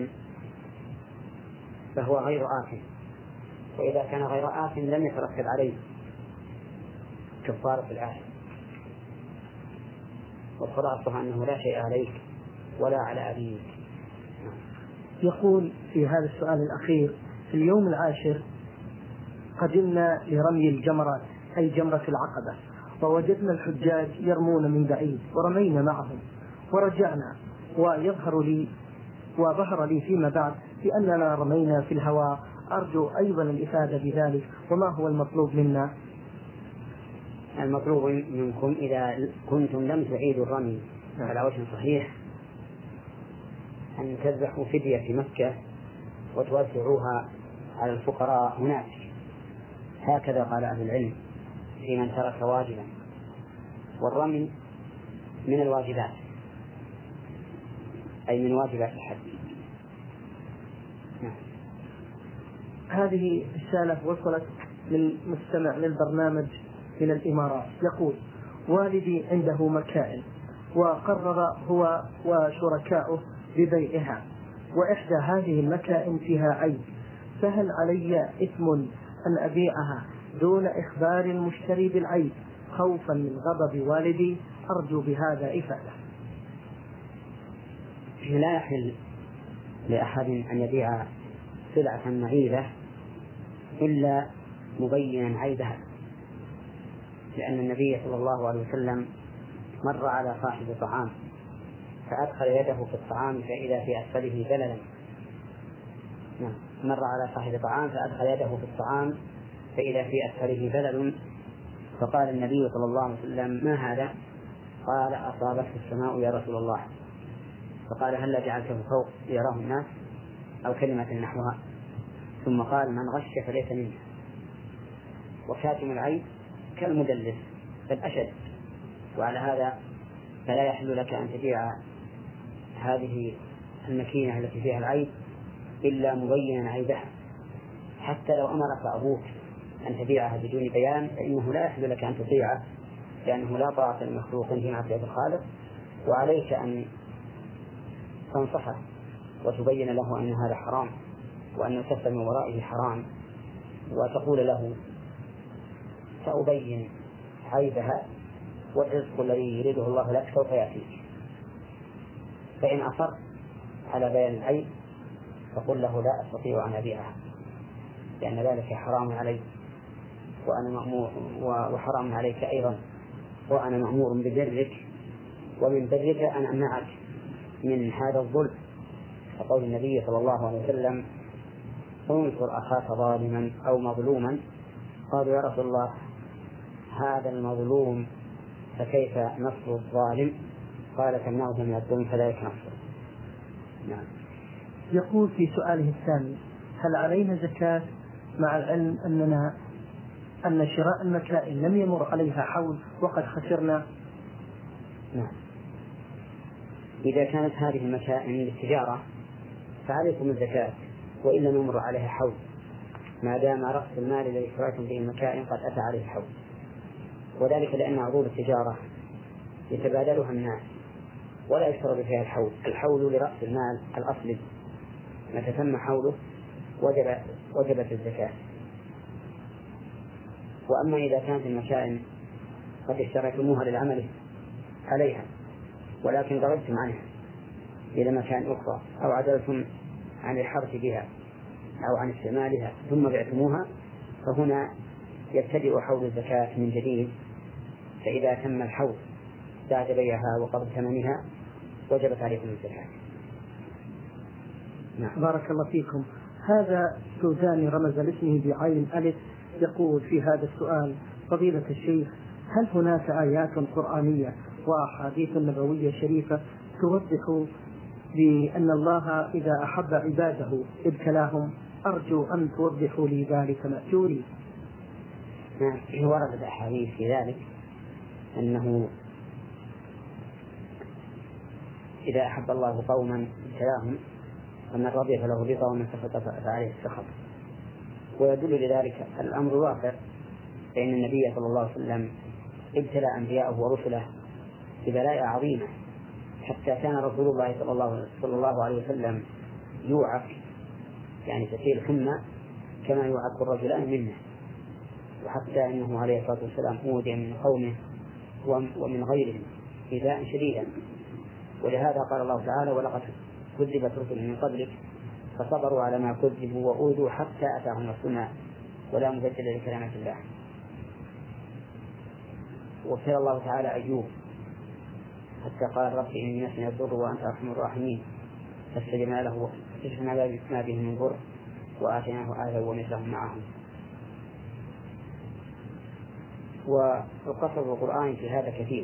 فهو غير آثم، وإذا كان غير آثم لم يترتب عليه كفارة الآثم، والخلاصة أنه لا شيء عليك ولا على أبيك. يقول في هذا السؤال الأخير: في اليوم 10 قدمنا لرمي الجمرات أي جمرة العقبة، ووجدنا الحجاج يرمون من بعيد ورمينا معهم ورجعنا، وظهر لي فيما بعد بأننا رمينا في الهواء. أرجو أيضا الإفادة بذلك، وما هو المطلوب منا؟ المطلوب منكم إذا كنتم لم تعيدوا الرمي على وجه صحيح أن تذبحوا فدية في مكة وتوزعوها على الفقراء هناك، هكذا قال أهل العلم في من ترك واجبا، والرمي من الواجبات أي من واجبات الحج. هذه رسالة وصلت من مستمع للبرنامج من الإمارات، يقول: والدي عنده مكائن وقرر هو وشركاؤه ببيعها، وإحدى هذه المكائن فيها عيب، فهل علي إثم أن أبيعها دون إخبار المشتري بالعيب خوفا من غضب والدي؟ أرجو بهذا إفادة. لا يحل لأحد أن يبيع سلعة معيبة إلا مبينا عيبها، لأن النبي صلى الله عليه وسلم مر على صاحب طعام فأدخل يده في الطعام فإذا في أسفله زللا. مر على صاحب طعام فأدخل يده في الطعام فإذا في أسفله زلل، فقال النبي صلى الله عليه وسلم: ما هذا؟ قال أصابته السماء يا رسول الله، فقال هل جعلته فوق ليراه الناس أو كلمة نحوها، ثم قال من غش فليس منه. وكاتم العيب كالمدلس بل أشد، وعلى هذا فلا يحل لك أن تبيع هذه الماكينة التي فيها العيب إلا مبينا عيبها، حتى لو أمرك أبوك أن تبيعها بدون بيان فإنه لا يحل لك أن تبيعه، لأنه لا طاعة للمخلوق في معصية الخالق، وعليك أن تنصحه وتبين له أن هذا حرام وأن الكسب من ورائه حرام، وتقول له سأبين عيبها والرزق الذي يريده الله لك سوف يأتيك. فإن أصر على بيان العيب فقل له لا أستطيع أن أبيعها لأن ذلك حرام علي وأنا مأمور وحرام عليك أيضا، وأنا مأمور ببرك ومن برك أن أمنعك من هذا الظلم. فقول النبي صلى الله عليه وسلم انصر أخاك ظالما أو مظلوما، قالوا يا رسول الله هذا المظلوم فكيف نصر الظالم؟ قال تمنعه من الظلم فذلك نصر. نعم. يقول في سؤاله الثاني هل علينا زكاة مع العلم أن شراء المكائن لم يمر عليها حول وقد خسرنا؟ نعم. إذا كانت هذه المكائن للتجارة فعليكم الزكاة وإن لم يمر عليها حول، ما دام رأس المال الذي اشتريتم به المكائن قد أتى عليه حول، وذلك لأن عروض التجارة يتبادلها الناس ولا يشترط فيها الحول. الحول لرأس المال الأصلي، متى تم حوله وجبت الزكاة. وأما إذا كانت المكائن قد اشتريتموها للعمل عليها ولكن ضربتم عنها إلى مكان أخرى أو عدلتم عن الحرث بها أو عن استعمالها ثم بعتموها، فهنا يبتدئ حول الزكاة من جديد. فإذا تم الحول بعد بيعها وقبض ثمنها وجبت عليكم الزكاة. نعم. بارك الله فيكم. هذا سوداني رمز لاسمه بعين ألف يقول في هذا السؤال فضيلة الشيخ هل هناك آيات قرآنية وأحاديث نبوية شريفة توضح بأن الله إذا أحب عباده ابتلاهم؟ أرجو أن توضحوا لي ذلك مأجوري. نعم. وردت أحاديث في ذلك أنه إذا أحب الله قوما ابتلاهم ومن رضي فله رضا ومن سخط فعليه السخط. ويدل لذلك الأمر الواقع، فإن النبي صلى الله عليه وسلم ابتلى أنبياءه ورسله ببلاء عظيمة، حتى كان رسول الله صلى الله عليه وسلم يوعك يعني تسيل حمى كما يوعك الرجلان منه، وحتى أنه عليه الصلاة والسلام أودي من قومه ومن غيرهم إيذاء شديدا. ولهذا قال الله تعالى ولقد كذبت رسل من قبلك فصبروا على ما كذبوا وأوذوا حتى أتاهم نصرنا ولا مبدل لكلمات الله. وابتلى الله تعالى أيوب حتى قال رب إني مسني الضر وأنت أرحم الراحمين، فاستجبنا له فكشفنا ما به من ضر وآتيناه آية ومثلهم معهم. والقصص القرآن في هذا كثير.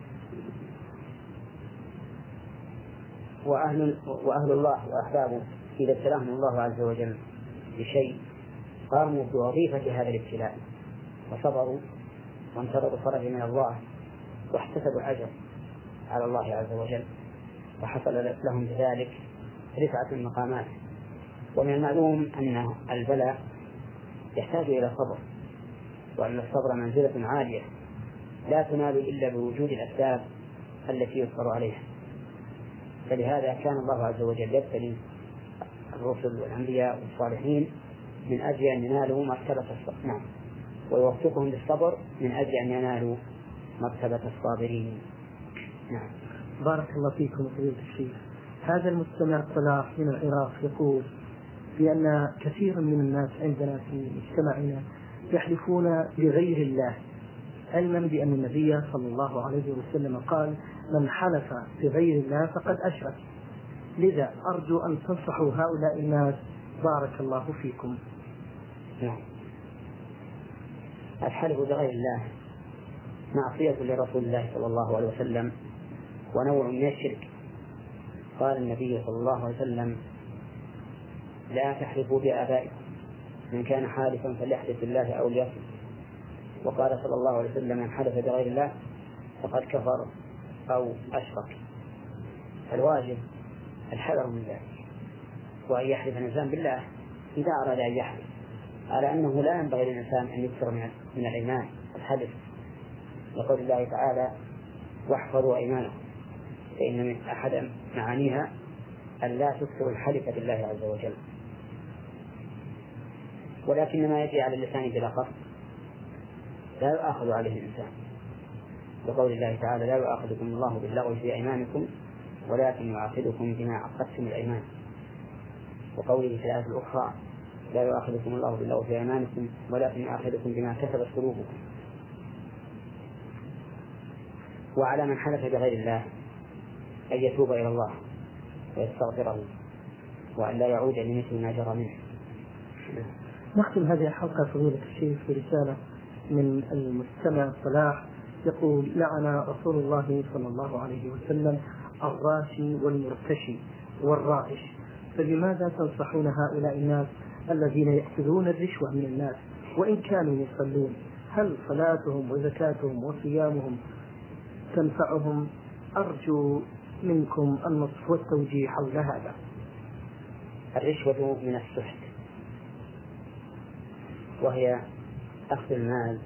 وأهل الله وأحبابه إذا ابتلاهم الله عز وجل بشيء قاموا بوظيفة هذا الابتلاء وصبروا وانتظروا فرج من الله واحتسبوا الأجر على الله عز وجل، وحصل لهم بذلك رفعة المقامات. ومن المعلوم أن البلاء يحتاج إلى صبر، وأن الصبر منزلة عالية لا تنال إلا بوجود الأسباب التي يصبر عليها. فلهذا كان الله عز وجل يبتلي الرسل والأنبياء والصالحين من أجل أن ينالوا مرتبة الصبر، نعم، ويوفقهم للصبر من أجل أن ينالوا مرتبة الصابرين. نعم. بارك الله فيكم فضيلة الشيخ. هذا المستمع صلاح من العراق يقول بأن كثيرا من الناس عندنا في مجتمعنا يحلفون بغير الله، علما بأن النبي صلى الله عليه وسلم قال من حلف بغير الله فقد أشرك. لذا أرجو أن تنصحوا هؤلاء الناس بارك الله فيكم. نعم. الحلف بغير الله معصية لرسول الله صلى الله عليه وسلم ونوع من الشرك. قال النبي صلى الله عليه وسلم: لا تحلفوا بآبائكم، من كان حالفا فليحلف بالله أو ليصمت. وقال صلى الله عليه وسلم: من حلف بغير الله فقد كفر أو أشرك. فالواجب الحذر من ذلك، وأن يحلف الإنسان بالله إذا أراد أن يحلف، على أنه لا ينبغي للإنسان أن يكثر من الإيمان الحلف، لقول الله تعالى: واحفظوا أيمانكم، فإن من أحد معانيها أن لا تكثر الحلف بالله عز وجل. ولكن ما يجري على اللسان بلا قصد لا يؤاخذ عليه الإنسان، لقول الله تعالى: لا يؤاخذكم الله باللغو في أيمانكم ولكن يؤاخذكم بما عقدتم الأيمان. وقوله في الآية الأخرى: لا يؤاخذكم الله باللغو في أيمانكم ولكن يؤاخذكم بما كسبت قلوبكم. وعلى من حلف بغير الله أن يتوب إلى الله ويستغفره وأن لا يعود لمثل ما جرى منه. نختم هذه الحلقة فضيلة الشيخ برسالة من المستمع صلاح يقول: لعن رسول الله صلى الله عليه وسلم الراشي والمرتشي والرائش، فلماذا تنصحون هؤلاء الناس الذين يأخذون الرشوة من الناس وإن كانوا يصلون؟ هل صلاتهم وزكاتهم وصيامهم تنفعهم؟ أرجو منكم النصح والتوجيه حول هذا. الرشوة من السحت، وهي أخذ المال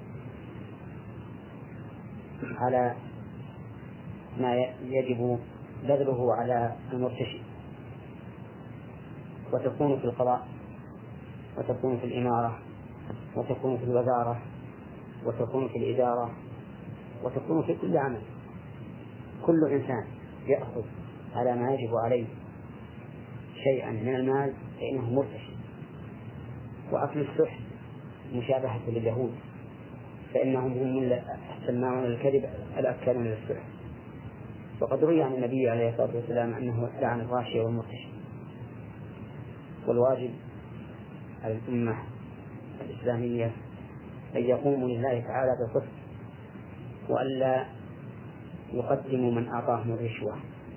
على ما يجب بذله على المرتشي، وتكون في القضاء، وتكون في الإمارة، وتكون في الوزارة، وتكون في الإدارة، وتكون في كل عمل. كل إنسان يأخذ على ما يجب عليه شيئا من المال فإنه مرتشي. وأكل السحت مشابهة لليهود، فإنهم هم السماعون للكذب الأكلون للسحت. وقد روي عن النبي عليه الصلاة والسلام أنه لعن الراشي والمرتشي. والواجب على الأمة الإسلامية أن يقوموا لله تعالى بالقسط، وألا يقدموا من أعطاهم الرشوة.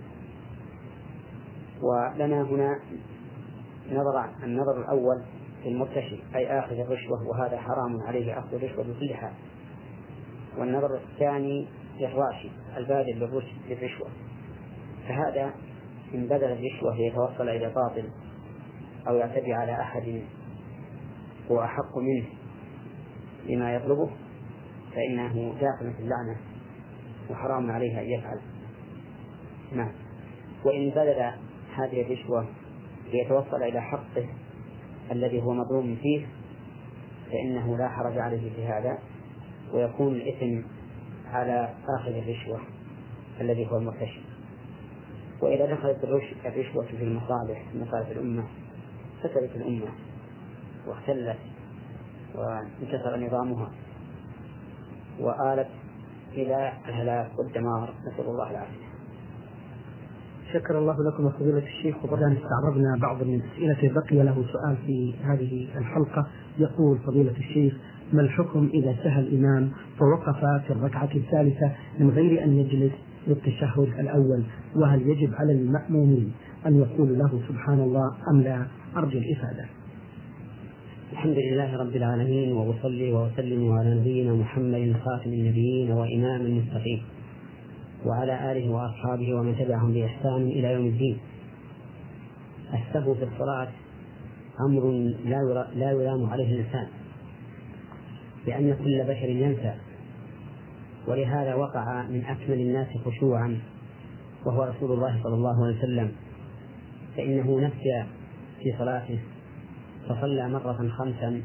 ولنا هنا النظر الأول في المرتشي أي آخذ الرشوة، وهذا حرام عليه أخذ الرشوة بكل حال. والنظر الثاني للراشي البادل للرشوة، فهذا إن بذل الرشوة ليتوصل إلى باطل أو يعتدي على أحد هو أحق منه لما يطلبه فإنه داخل في اللعنة وحرام عليه أن يفعل. نعم. وإن بذل هذه الرشوة ليتوصل إلى حقه الذي هو مظلوم فيه فإنه لا حرج عليه في هذا، ويكون الإثم على آخذ الرشوة الذي هو المرتشي. وإذا دخلت الرشوة في المصالح الأمة فسدت الأمة واختلت وانكسر نظامها وآلت إلى الهلاك والدمار، نسأل الله العافية. شكر الله لكم فضيلة الشيخ. وبعد استعرضنا بعض من الأسئلة بقي له سؤال في هذه الحلقة. يقول فضيلة الشيخ: ما الحكم إذا سهى الإمام فوقف في الركعة الثالثة من غير أن يجلس للتشهد الأول، وهل يجب على المأمومين أن يقول له سبحان الله أم لا؟ أرجو الإفادة. الحمد لله رب العالمين، وأصلي وأسلم على نبينا محمد خاتم النبيين وإمام المتقين وعلى آله وأصحابه ومن تبعهم بإحسان إلى يوم الدين. السهو في الصلاة أمر لا يلام عليه الإنسان، لأن كل بشر ينسى، ولهذا وقع من أكمل الناس خشوعا وهو رسول الله صلى الله عليه وسلم، فإنه نسي في صلاته فصلى مرة 5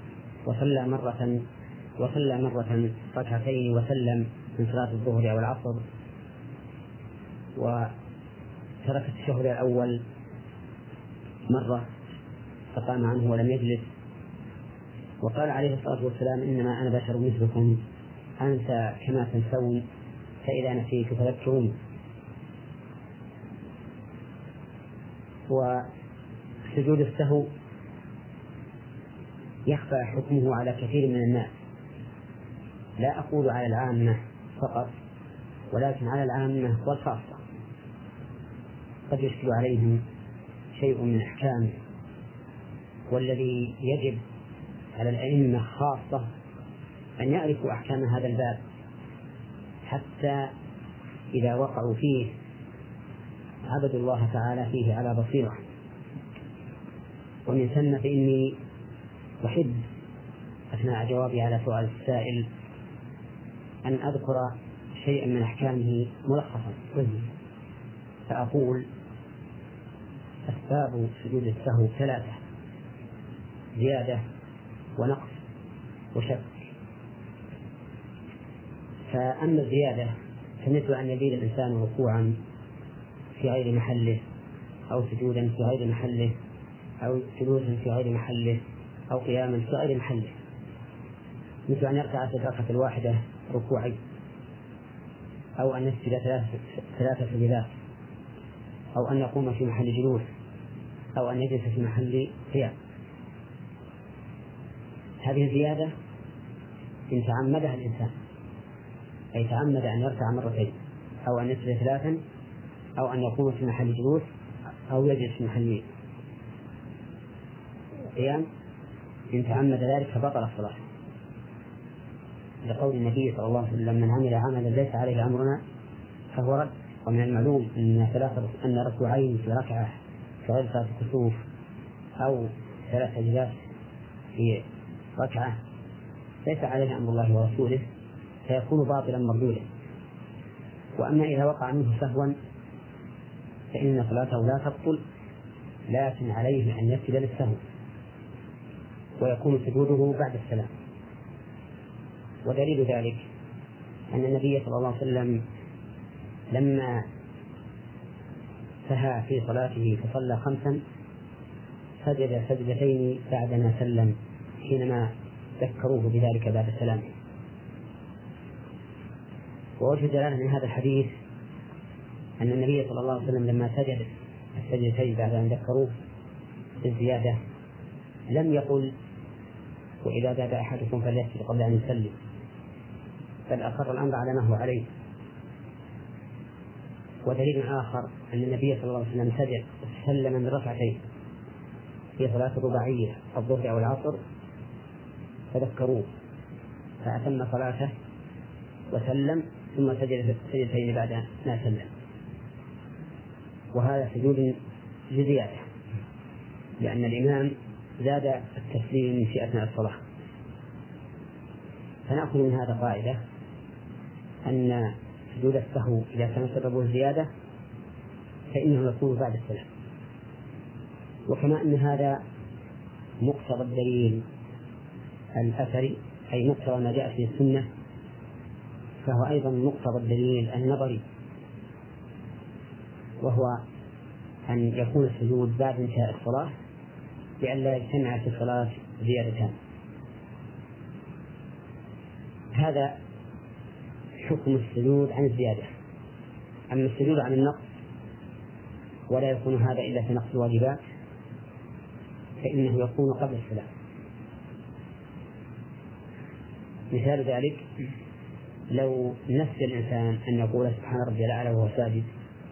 وصلى مرة ركعتين وسلم من صلاة الظهر أو العصر، وترك التشهد الأول مرة فقام عنه ولم يجلس، وقال عليه الصلاة والسلام: إنما أنا بشر مثلكم أنسى كما تنسون فإذا نسيت فذكروني. وسجود السهو يخفى حكمه على كثير من الناس، لا أقول على العامة فقط، ولكن على العامة والخاصة. قد يشكل عليهم شيء من أحكامه، والذي يجب على الأئمة خاصة أن يعرفوا أحكام هذا الباب، حتى إذا وقعوا فيه عبدوا الله تعالى فيه على بصيرة. ومن ثم فإني أحب أثناء جوابي على سؤال السائل أن أذكر شيئا من أحكامه ملخصا، فأقول: أسباب سجود السهو 3: زيادة ونقص وشك. فأما الزيادة فمثل أن يزيد الإنسان ركوعا في غير محله، أو سجودا في غير محله، أو جلوسا في غير محله، أو قياما في غير محله، مثل أن يركع في الركعة الواحدة ركوعين، أو أن يسجد 3 سجدات، أو أن يقوم في محل جلوس، أو أن يجلس في محل قيام. هذه الزيادة إن تعمدها الإنسان، أي تعمد أن يركع مرتين، أو أن يسجد 3، أو أن يقوم في محل جلوس، أو يجلس في محل قيام، إن تعمد ذلك فبطل الصلاة، لقول النبي صلى الله عليه وسلم: من عمل عملا ليس عليه أمرنا فهو رد. ومن المعلوم أن ركوعين في ركعة في غير صلاة الكسوف، أو 3 سجدات في ركعة ليس عليه أمر الله ورسوله، فيكون باطلا مردودا. وأما إذا وقع منه سهوا فإن صلاته لا تبطل، لكن عليه أن يسجد للسهو، ويكون سجوده بعد السلام. ودليل ذلك أن النبي صلى الله عليه وسلم لما سهى في صلاته فصلى 5 سجد سجدتين بعدما سلم، حينما ذكروه بذلك بعد السلام. ووجه دلالة من هذا الحديث أن النبي صلى الله عليه وسلم لما سجد السجدتين بعد أن ذكروه بالزيادة لم يقل: وإذا زاد أحدكم فليسجد قبل أن يسلم، بل أقر الأمر على ما هو عليه. ودليل آخر أن النبي صلى الله عليه وسلم سجد وسلم من ركعتين في صلاة الرباعية الظهر أو العصر، فذكروه فأتم صلاته وسلم، ثم سجد سجدتين بعد ما سلم، وهذا سجود بزيادة، لأن الإمام زاد التسليم في أثناء الصلاة. فنأخذ من هذا قاعدة أن سجود السهو إذا كان سببه الزيادة فإنه يكون بعد السلام. وكما أن هذا مقتضى الدليل الأثري، أي مقتضى ما جاء في السنة، فهو أيضا مقتضى الدليل النظري، وهو أن يكون السجود بعد انتهاء الصلاة لئلا يجتمع في الصلاة زيادتان. هذا حكم السجود عن الزيادة. أما السجود عن النقص ولا يكون هذا إلا في نقص الواجبات فإنه يكون قبل السلام. مثال ذلك: لو نسي الإنسان أن يقول سبحان ربي الأعلى وهو ساجد،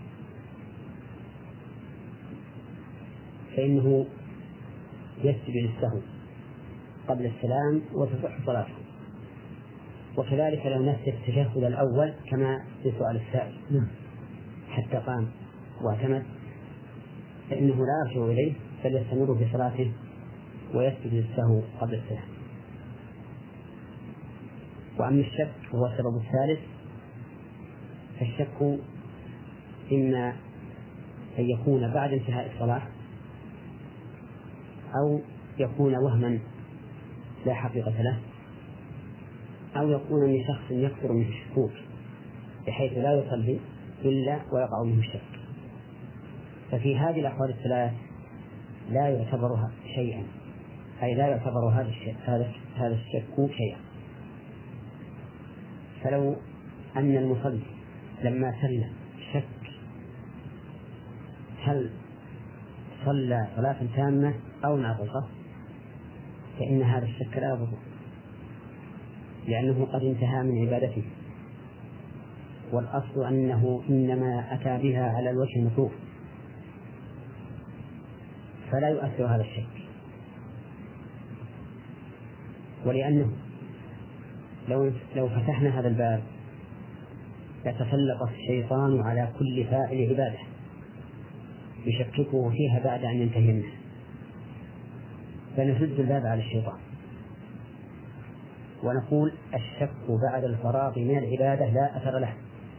فإنه يسجد للسهو قبل السلام وتصح صلاته. وكذلك لو نسي التشهد الأول كما في سؤال السائل حتى قام واعتمد، فإنه لا يرجع إليه بل يستمر في صلاته ويسجد للسهو قبل السلام. وأما الشك وهو السبب الثالث، فالشك إما أن يكون بعد انتهاء الصلاة، أو يكون وهما لا حقيقة له، أو يكون من شخص يكثر منه الشكوك بحيث لا يصلي إلا ويقع منه الشك. ففي هذه الأحوال الثلاث لا يعتبرها شيئا، أي لا يعتبر هذا الشك شيئا. فلو أن المصلي لما سلم شك هل صلى صلاة تامة أو ناقصة، فإن هذا الشك لا يضر، لأنه قد انتهى من عبادته والأصل أنه إنما أتى بها على الوجه المطلوب، فلا يؤثر هذا الشك. ولأنه لو فتحنا هذا الباب يتسلط الشيطان على كل فاعل عبادة يشككه فيها بعد أن ينتهي منها، فنسد الباب على الشيطان ونقول الشك بعد الفراغ من العبادة لا أثر له.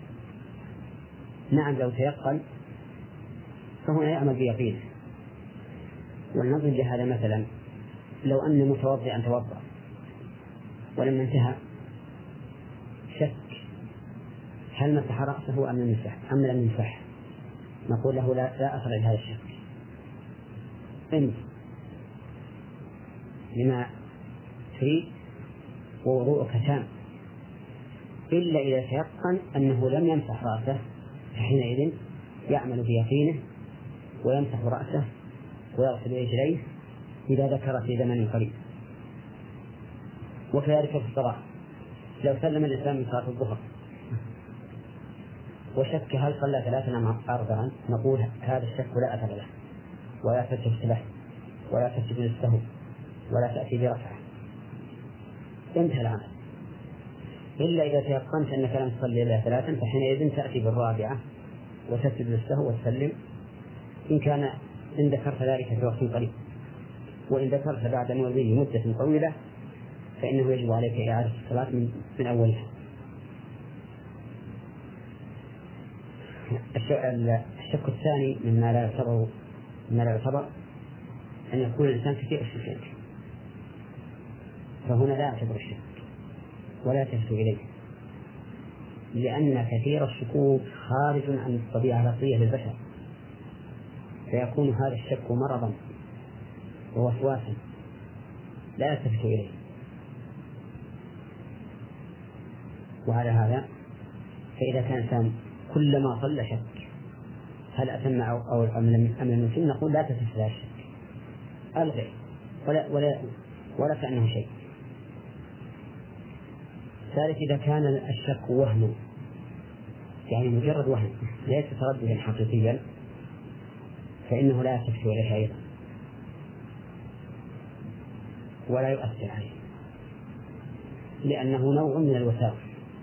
نعم لو تيقن فهنا يعمل بيقينه. ولنضرب لهذا مثلا، لو أن متوضئا توضأ ولما انتهى شك هل مسح رأسه أم لم يمسح، نقول له لا أثر لهذا الشك، انت لما تريد ووضوءك تام، إلا إذا تيقن أنه لم يمسح رأسه، فحينئذ يعمل بيقينه ويمسح رأسه ويغسل رجليه إذا ذكر في زمن قريب. وكذلك في الصلاة، لو سلم الإنسان من صلاة الظهر وشك هل صلى 3 أم 4، نقول هذا الشك لا أثر له، ولا تلتفت له، ولا تسجد للسهو، ولا تأتي بركعة، انتهى العمل. إلا إذا تيقنت أنك لم تصلي إلا 3، فحينئذ تأتي بالرابعة وتسجد للسهو وتسلم إن ذكرت ذلك في وقت قريب. وإن ذكرت بعد مضي مدة طويلة فإنه يجب عليك إعادة الصلاة من أولها. الشك الثاني مما لا يعتبر أن يكون الإنسان كثير الشك، فهنا لا يعتبر الشك ولا تلتفت إليه، لأن كثير الشكوك خارج عن الطبيعة الأصلية للبشر، فيكون هذا الشك مرضا ووسواسا لا يلتفت إليه. وعلى هذا فإذا كان الإنسان كلما صلى شك هل أتم أو أم لم يتم، نقول لا تلتفت إلى الشك، ألغي ولا كأنه شيء. ثالث، إذا كان الشك وهم، يعني مجرد وهم ليس ترددا حقيقيا، فإنه لا يلتفت إليه أيضا ولا يؤثر عليه، لأنه نوع من الوساوس.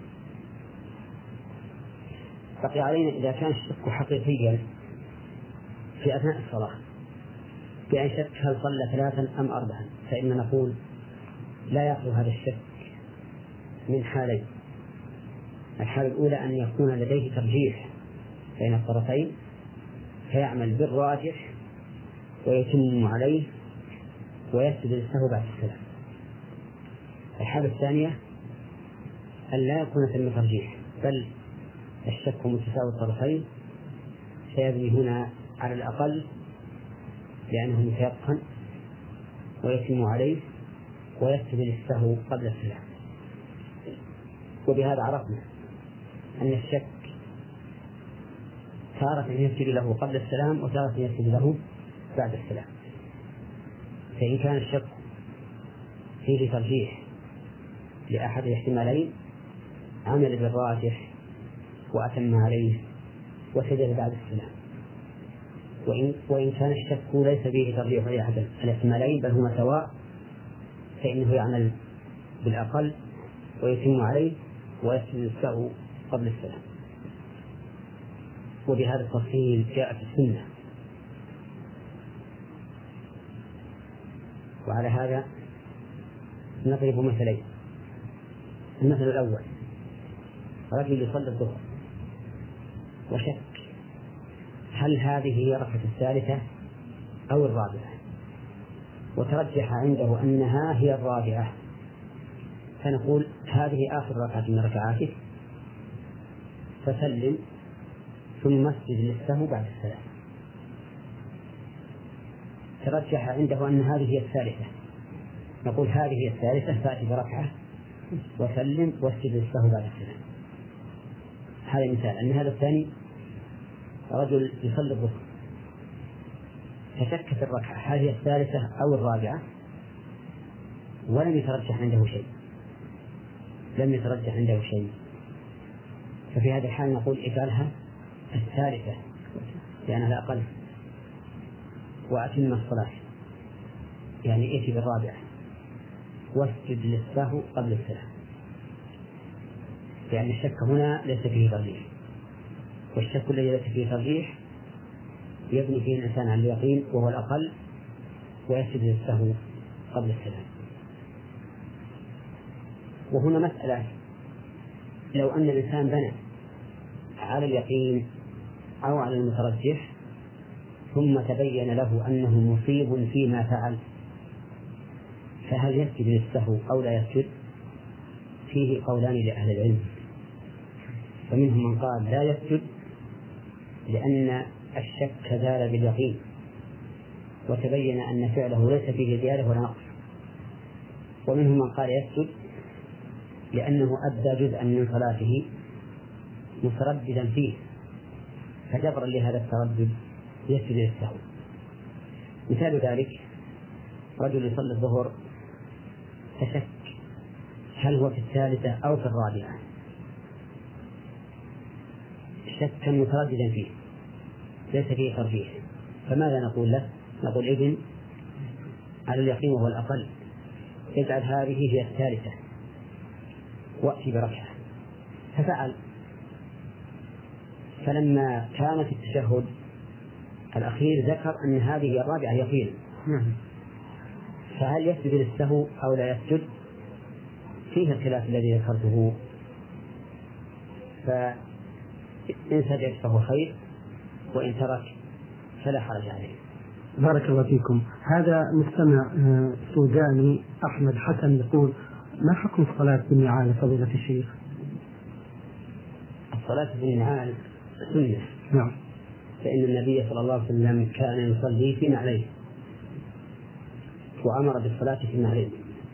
بقي علينا إذا كان الشك حقيقيا في أثناء الصلاة، بأن شك هل صلى 3 أم 4، فإن نقول لا يخلو هذا الشك من حالين. الحالة الأولى أن يكون لديه ترجيح بين الطرفين فيعمل بالراجح ويتم عليه ويسجد للسهو بعد السلام. الحالة الثانية أن لا يكون ثم ترجيح، بل الشك متساوي الطرفين، فيبني هنا على الأقل لأنه متيقن ويتم عليه ويسجد للسهو قبل السلام. وبهذا عرفنا أن الشك تارة يسجد له قبل السلام وتارة يسجد له بعد السلام. فإن كان الشك فيه ترجيح لأحد الاحتمالين عمل بالراجح وأتم عليه وسجد بعد السلام. وإن كان الشك ليس فيه ترجيح لأحد الاحتمالين بل هما سواء، فإنه يعمل بالأقل ويتم عليه ويسجد للسهو قبل السلام. وبهذا التفصيل جاء في السنة. وعلى هذا نضرب مثلين. المثل الأول: رجل يصلي الظهر وشك هل هذه هي الركعة الثالثة أو الرابعة، وترجح عنده أنها هي الرابعة، فنقول هذه آخر ركعة من ركعاته، فسلم ثم اسجد للسهو بعد السلام. ترجح عنده أن هذه هي الثالثة، نقول هذه هي الثالثة، فأتي بركعة وسلم واسجد للسهو بعد السلام. هذا مثال. المثال الثاني: رجل يصلي الظهر فشك في الركعة هل هي الثالثة أو الرابعة ولم يترجح عنده شيء، ففي هذا الحال نقول اجعلها الثالثة لأنها الأقل، وأتم الصلاة يعني ائت بالرابعة واسجد للسهو قبل السلام، يعني الشك هنا ليس فيه ترجيح، والشك الذي ليس فيه ترجيح يبني فيه الإنسان على اليقين وهو الأقل ويسجد للسهو قبل السلام. وهنا مسألة، لو أن الإنسان بنى على اليقين أو على المترجح ثم تبين له أنه مصيب فيما فعل، فهل يسجد للسهو أو لا يسجد؟ فيه قولان لأهل العلم، فمنهم من قال لا يسجد لأن الشك زال باليقين وتبين أن فعله ليس فيه زيادة ولا نقص، ومنهم من قال يسجد لأنه أدى جزءا من صلاته مترددا فيه، فجبرا لهذا التردد يسجد للسهو. مثال ذلك رجل يصلي الظهر فشك هل هو في الثالثة أو في الرابعة، شكا مترددا فيه ليس فيه ترجيح، فماذا نقول له؟ نقول إذن على اليقين وهو الأقل اجعل هذه هي الثالثة وأتي بركعة، ففعل. فلما كان في التشهد الأخير ذكر أن هذه الرابعة يقين، فهل يسجد للسهو أو لا يسجد؟ فيه الخلاف الذي ذكرته، فإن سجد فهو خير وإن ترك فلا حرج عليه. بارك الله فيكم. هذا مستمع سوداني أحمد حسن يقول: ما حكم الصلاة بالنعال فضيلة الشيخ؟ الصلاة بالنعال سنة. نعم. فإن النبي صلى الله عليه وسلم كان يصلي في نعليه وأمر بالصلاة في النعلين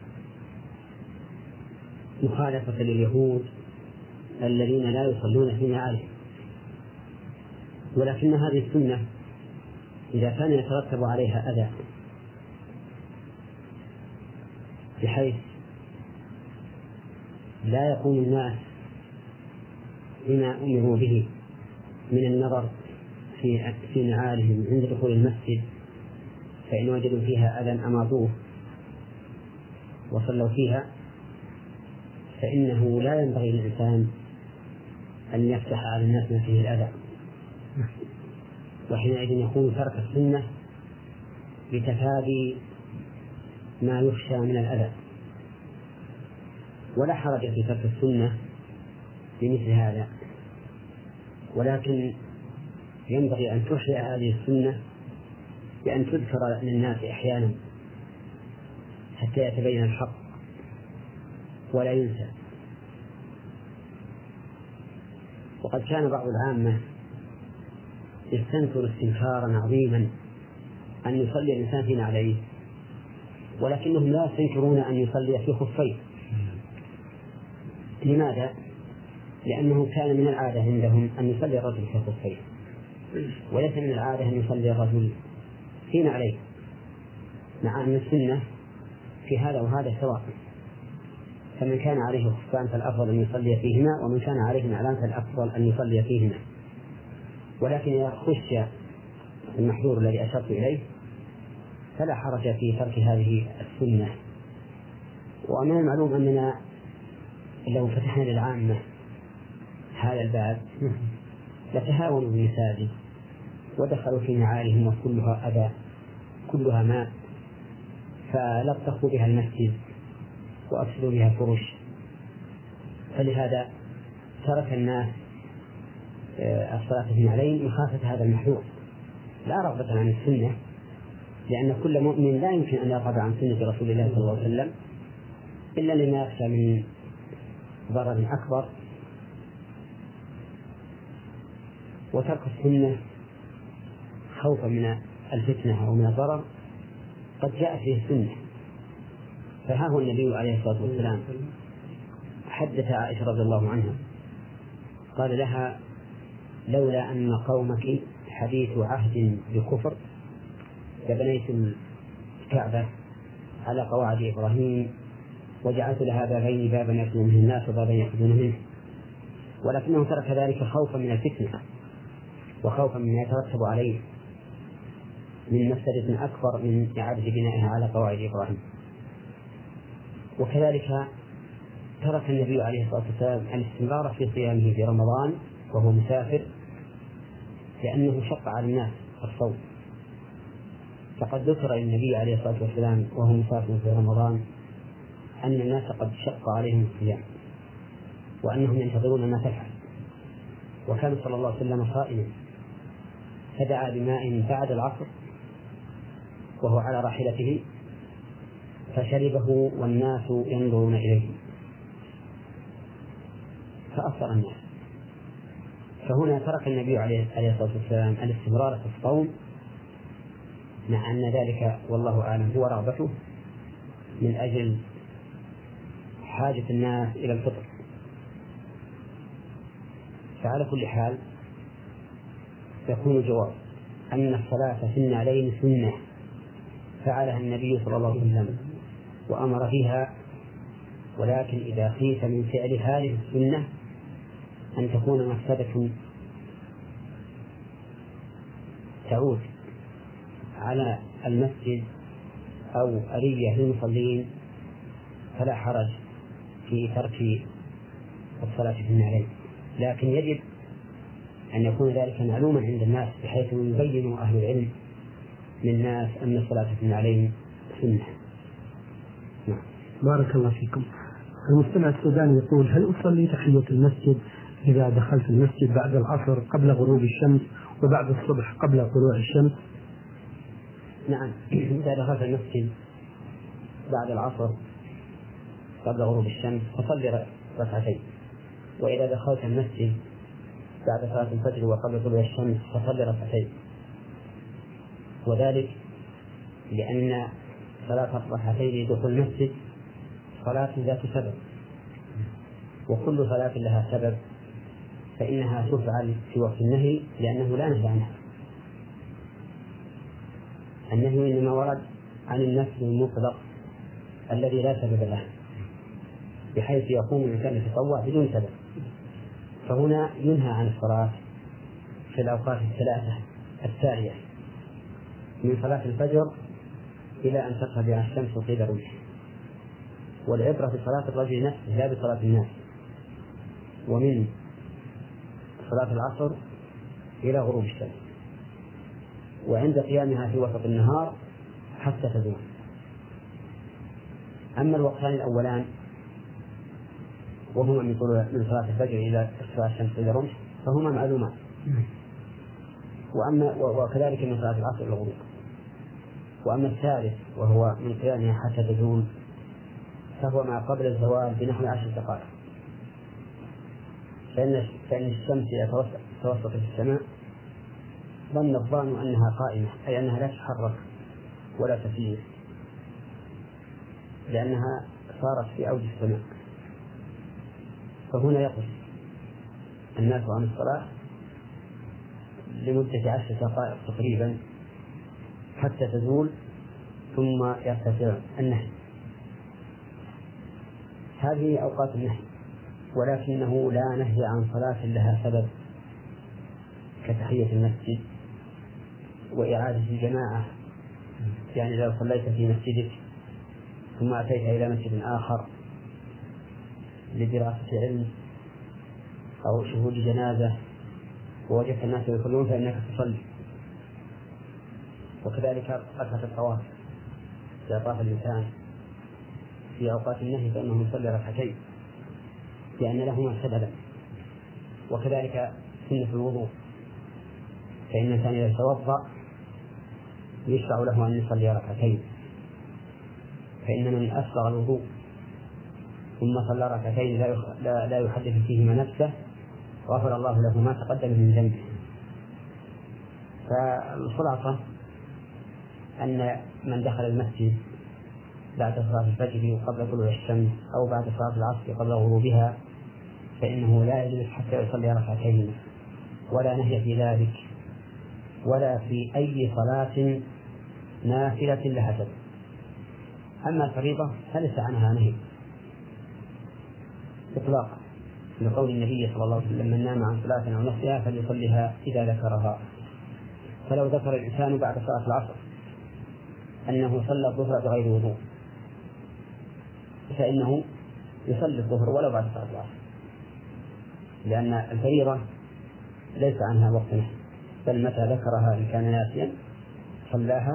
مخالفة لليهود الذين لا يصلون في نعالهم. ولكن هذه السنة إذا كان يترتب عليها أذى بحيث لا يقوم الناس بما أمروا به من النظر في نعالهم عند دخول المسجد، فإن وجدوا فيها أذى أماطوه وصلوا فيها، فإنه لا ينبغي للإنسان أن يفتح على الناس ما فيه الأذى، وحينئذ يكون ترك السنة لتفادي ما يخشى من الأذى. ولا حرج في ترك السنة بمثل هذا، ولكن ينبغي أن تحيى هذه السنة بأن تذكر للناس أحيانا حتى يتبين الحق ولا ينسى. وقد كان بعض العامة يستنكر استنكارا عظيما أن يصلي الإنسان في نعليه، ولكنهم لا يستنكرون أن يصلي في خفين. لماذا؟ لأنه كان من العادة عندهم أن يصلي الرجل في خفين، وليس من العادة أن يصلي الرجل في نعليه، مع أن السنة في هذا وهذا سواء، فمن كان عليه خفان فالأفضل أن يصلي فيهما، ومن كان عليه نعلان فالأفضل أن يصلي فيهما. ولكن إذا خشي المحذور الذي أشرت إليه فلا حرج في ترك هذه السنة. ومن المعلوم أننا لو فتحنا للعامة هذا الباب لتهاونوا بالمساجد ودخلوا في نعالهم وكلها أذى كلها ماء، فلطخوا بها المسجد وأفسدوا بها الفرش. فلهذا ترك الناس الصلاة في النعلين مخافة هذا المحذور، لا رغبة عن السنة، لأن كل مؤمن لا يمكن أن يرغب عن سنة رسول الله صلى الله عليه وسلم إلا لما يخشى من ضرر أكبر. وترك السنة خوفا من الفتنة أو من الضرر قد جاء فيه السنة. فها هو النبي عليه الصلاة والسلام حدث عائشة رضي الله عنها قال لها: لولا أن قومك حديث عهد بكفر لبنيت الكعبة على قواعد إبراهيم وجعلت لها بابين، بابا يخرج منه الناس وبابا يخرجون منه، ولكنه ترك ذلك خوفا من الفتنة وخوفا مما يترتب عليه من مفسدة أكبر من إعادة بنائها على قواعد إبراهيم. وكذلك ترك النبي عليه الصلاة والسلام الاستمرار في صيامه في رمضان وهو مسافر لأنه شق على الناس الصوم، فقد ذكر النبي عليه الصلاة والسلام وهو مسافر في رمضان أن الناس قد شق عليهم الصيام وأنهم ينتظرون ما تفعل، وكان صلى الله عليه وسلم صائما فدعا بماء بعد العصر وهو على راحلته فشربه والناس ينظرون إليه فأفطر الناس. فهنا ترك النبي عليه الصلاة والسلام الاستمرار في الصوم مع أن ذلك والله أعلم هو رغبته من أجل حاجة الناس إلى الفطر. فعلى كل حال يكون الجواب أن الصلاة في النعلين سنة فعلها النبي صلى الله عليه وسلم وأمر فيها، ولكن إذا خيف من فعل هذه السنة أن تكون مفسدة تعود على المسجد أو أرية للمصلين فلا حرج في ترك الصلاة في النعلين، لكن يجب أن يكون ذلك معلوما عند الناس بحيث يبين أهل العلم للناس أن الصلاة في النعلين سنة. نعم. بارك الله فيكم. المستمع السوداني يقول: هل أصلي تحية المسجد إذا دخلت المسجد بعد العصر قبل غروب الشمس وبعد الصبح قبل طلوع الشمس؟ نعم، إذا دخلت المسجد بعد العصر قبل غروب الشمس فصلي ركعتين، وإذا دخلت المسجد بعد صلاة الفجر وقبل طلوع الشمس فصلي ركعتين، وذلك لأن صلاة الركعتين دخول المسجد صلاة ذات سبب، وكل صلاة لها سبب فإنها تفعل في وقت النهي لأنه لا نهي عنها. النهي إنما ورد عن النفل المطلق الذي لا سبب له بحيث يقوم الإنسان يتطوع بدون سبب، فهنا ينهى عن الصلاة في الأوقات الثلاثة التالية من صلاة الفجر إلى أن ترتفع الشمس قيد رمح، والعبرة بصلاة الرجل نفسه لا بصلاة الناس، ومن صلاة العصر إلى غروب الشمس، وعند قيامها في وسط النهار حتى تزول. أما الوقتان الأولان وهما من صلاة الفجر إلى ارتفاع الشمس إلى رمح فهما معلومات، وكذلك من صلاة العصر إلى الغروب. وأما الثالث وهو من قيامها حتى تزول فهو ما قبل الزوال بنحو 10 دقائق، فإن الشمس إذا توسطت في السماء ظن الظان أنها قائمة، أي أنها لا تتحرك ولا تسير لأنها صارت في أوج السماء، فهنا يقف الناس عن الصلاة لمدة 10 دقائق تقريبا حتى تزول ثم يرتفع النهي. هذه أوقات النهي، ولكنه لا نهي عن صلاة لها سبب كتحية المسجد وإعادة الجماعة، يعني لو صليت في مسجدك ثم أتيت إلى مسجد آخر لدراسة علم أو شهود جنازة ووجدت الناس يصلون فإنك تصلي. وكذلك ركعة الطواف إذا طاف الإنسان في أوقات النهي فإنه يصلي ركعتين لأن لهما سببا. وكذلك سنة الوضوء، فإن الإنسان إذا توضأ يشرع له أن يصلي ركعتين، فإن من أسبغ الوضوء ثم صلى ركعتين لا يحدث فيهما نفسه غفر الله له ما تقدم من ذنبه. فالخلاصة أن من دخل المسجد بعد صلاة الفجر قبل طلوع الشمس أو بعد صلاة العصر قبل غروبها فإنه لا يجلس حتى يصلي ركعتين، ولا نهي في ذلك ولا في أي صلاة نافلة لها سبب. أما الفريضة فليس عنها نهي إطلاقا، لقول النبي صلى الله عليه وسلم: من نام عن صلاة أو نسيها فليصلها إذا ذكرها. فلو ذكر الإنسان بعد صلاة العصر أنه صلى الظهر بغير وضوء فإنه يصلي الظهر ولو بعد صلاة العصر، لأن الفريضة ليس عنها وقت نهي، بل متى ذكرها إن كان ناسيا صلاها،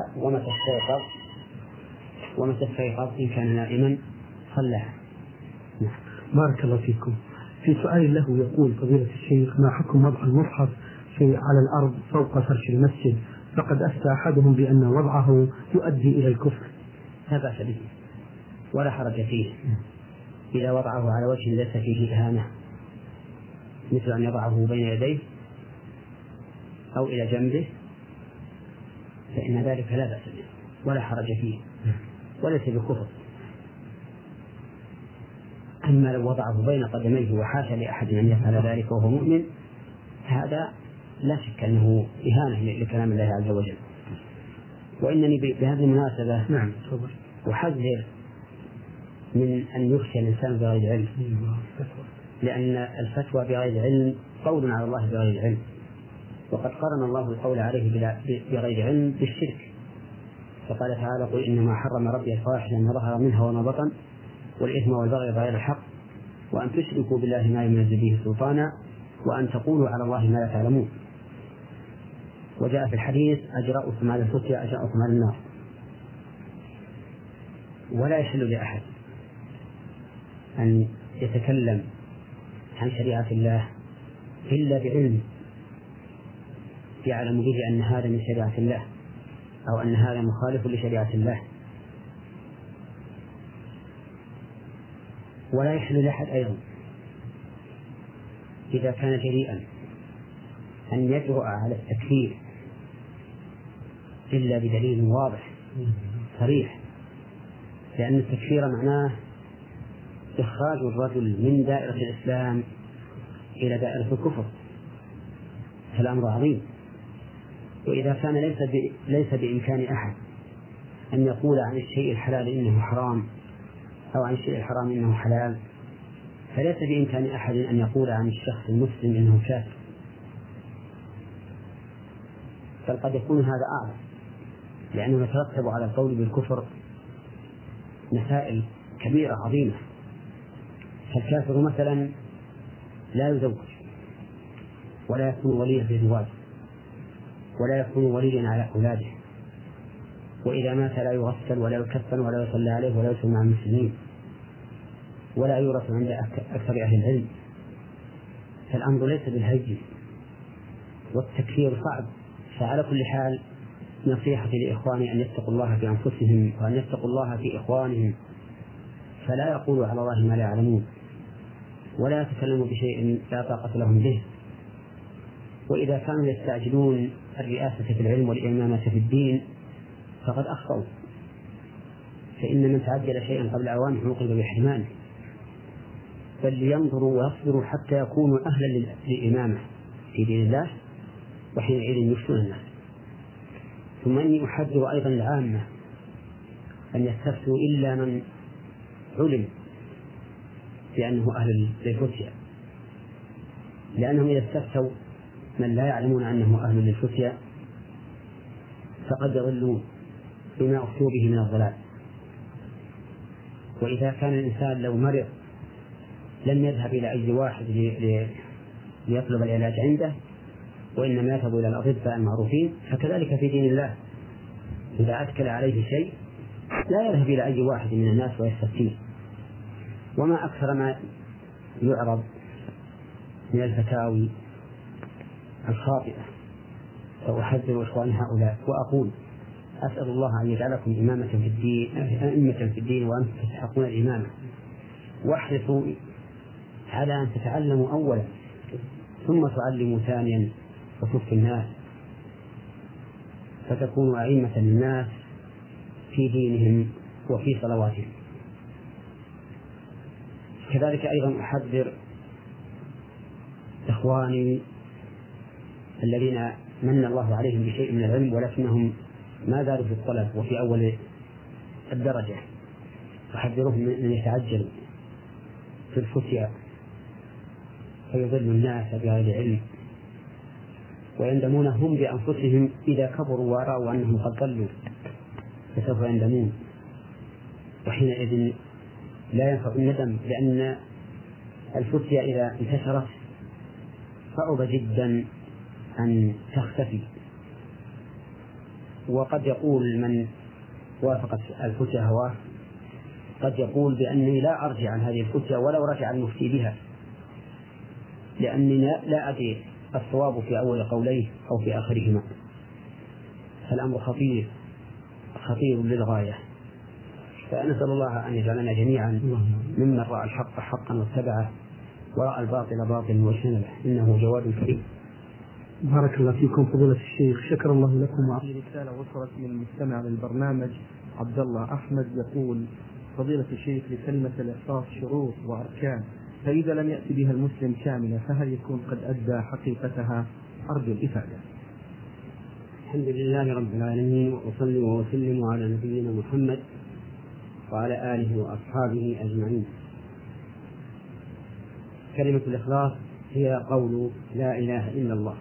ومتى استيقظ إن كان نائما صلاها. بارك الله فيكم. في سؤال له يقول: فضيلة الشيخ، ما حكم وضع المصحف على الأرض فوق فرش المسجد؟ فقد أفتى أحدهم بأن وضعه يؤدي إلى الكفر. لا بأس به ولا حرج فيه إذا وضعه على وجه ليس فيه إهانة، مثل أن يضعه بين يديه أو إلى جنبه، فإن ذلك لا بأس به ولا حرج فيه وليس بكفر. أما لو وضعه بين قدميه وحاشا لأحد أن يفعل ذلك وهو مؤمن، هذا لا شك أنه إهانة لكلام الله عز وجل. وإنني بهذه المناسبة أحذر من أن يخشى الإنسان بغير علم، لأن الفتوى بغير علم قول على الله بغير علم، وقد قرن الله القول عليه بغير علم بالشرك، فقال تعالى: قل إنما حرم ربي الفواحش ما ظهر منها وما بطن والإثم والبغي بغير الحق وأن تشركوا بالله ما لم ينزل به سلطانا وأن تقولوا على الله ما لا تعلمون. وجاء في الحديث: أجرأكم على الفتيا أجرأكم على النار. ولا يحل لأحد أن يتكلم عن شريعة الله إلا بعلم يعلم به أن هذا من شريعة الله أو أن هذا مخالف لشريعة الله. ولا يحل لأحد أيضا إذا كان جريئا أن يجرؤ على التكفير إلا بدليل واضح صريح، لأن التكفير معناه إخراج الرجل من دائرة الإسلام إلى دائرة الكفر، فالأمر عظيم. وإذا كان ليس بإمكان أحد أن يقول عن الشيء الحلال إنه حرام أو عن الشيء الحرام إنه حلال، فليس بإمكان أحد أن يقول عن الشخص المسلم إنه كافر، بل قد يكون هذا أعظم، لأنه يترتب على القول بالكفر مسائل كبيرة عظيمة. فالكافر مثلا لا يزوج ولا يكون وليا في الزواج ولا يكون وليا على أولاده، وإذا مات لا يغسل ولا يكفن ولا يصلى عليه ولا يدفن مع المسلمين ولا يورث عند أكثر أهل العلم. فالأمر ليس بالهجر، والتكفير صعب. فعلى كل حال نصيحتي لإخواني أن يتقوا الله في أنفسهم وأن يتقوا الله في إخوانهم، فلا يقولوا على الله ما لا يعلمون ولا يتكلموا بشيء لا طاقة لهم به. وإذا كانوا يستعجلون الرئاسة في العلم والإمامة في الدين فقد أخطأوا، فإن من تعجل شيئا قبل أوانه عوقب بحرمانه، بل لينظروا ويصبروا حتى يكونوا أهلا للإمامة في دين الله، وحينئذ يفتون الناس. ثم إني أحذر أيضا العامة أن يستفتوا إلا من علم بأنه أهل للفتيا، لأنهم إذا استفتوا من لا يعلمون أنه أهل للفتيا فقد يضلوا بما أفتوا به من الضلال. وإذا كان الإنسان لو مرض لم يذهب إلى أي واحد ليطلب العلاج عنده، وإنما يذهب إلى الأطباء المعروفين، فكذلك في دين الله إذا أشكل عليه شيء لا يذهب إلى أي واحد من الناس ويستفتيه. وما أكثر ما يعرض من الفتاوي الخاطئة. فأحذر إخواني هؤلاء وأقول: أسأل الله أن يجعلكم أئمة في الدين وأنتم تستحقون الإمامة، واحرصوا على أن تتعلموا أولا ثم تعلموا ثانيا وتفتوا الناس، فتكونوا أئمة للناس في دينهم وفي صلواتهم. كذلك أيضا أحذر إخواني الذين من الله عليهم بشيء من العلم ولكنهم ما زالوا في الطلب وفي أول الدرجة، أحذرهم من يتعجلوا في الفتيا فيضل الناس بغير علم، ويندمون هم بأنفسهم إذا كبروا ورأوا أنهم قد ضلوا فسوف يندمون، وحينئذ لا ينفع الندم، لأن الفتية إذا انتشرت صعب جدا أن تختفي. وقد يقول من وافقت الفتية هواه قد يقول بأني لا أرجع عن هذه الفتية ولو رجع المفتي بها، لأني لا أدري الصواب في أول قوليه أو في آخرهما. فالأمر خطير للغاية. فنسأل الله أن يجعلنا جميعا ممن رأى الحق حقا واتبعه ورأى الباطل باطلا واجتنبه، إنه جواد كريم. بارك الله فيكم فضيلة الشيخ، شكر الله لكم. في رسالة وصلت من مستمع للبرنامج عبد الله أحمد يقول: فضيلة الشيخ، لكلمة الإخلاص شروط وأركان، فإذا لم يأتي بها المسلم كاملة فهل يكون قد أدى حقيقتها؟ أرجو الإفادة. الحمد لله رب العالمين، وأصلي وأسلم على نبينا محمد وعلى آله وأصحابه أجمعين. كلمة الإخلاص هي قول لا إله إلا الله،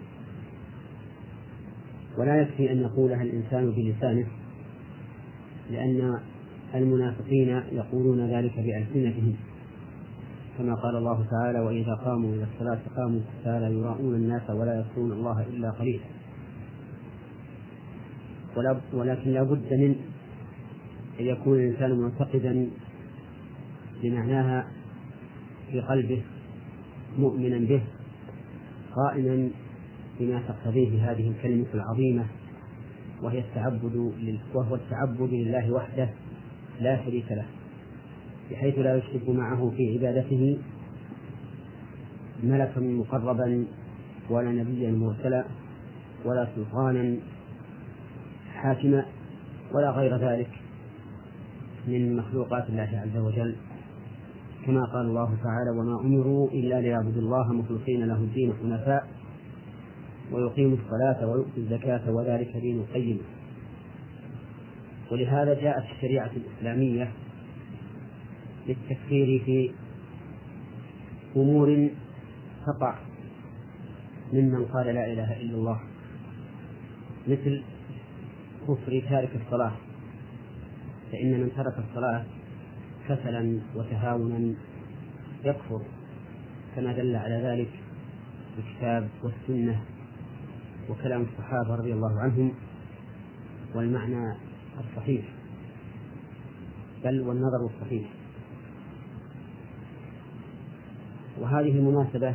ولا يكفي أن يقولها الإنسان بلسانه، لأن المنافقين يقولون ذلك بألسنتهم، كما قال الله تعالى: وإذا قاموا إلى الصلاة قاموا كسالى يراءون الناس ولا يذكرون الله إلا قليلا. ولكن لا بد من أن يكون الإنسان معتقدا بمعناها في قلبه، مؤمنا به، قائما بما تقتضيه هذه الكلمة العظيمة، وهو التعبد لله وحده لا شريك له، بحيث لا يشرك معه في عبادته ملكا مقربا ولا نبيا مرسلا ولا سلطانا حاكما ولا غير ذلك من مخلوقات الله عز وجل، كما قال الله تعالى: وما أمروا إلا ليعبدوا الله مخلصين له الدين حنفاء ويقيموا الصلاة ويؤتوا الزكاة وذلك دين القيم. ولهذا جاءت الشريعة الإسلامية للتفكير في أمور تقع ممن قال لا إله إلا الله، مثل كفر تارك الصلاة، فإن من ترك الصلاة كسلا وتهاونا يكفر، كما دل على ذلك الكتاب والسنة وكلام الصحابة رضي الله عنهم، والمعنى الصحيح بل والنظر الصحيح. وهذه المناسبة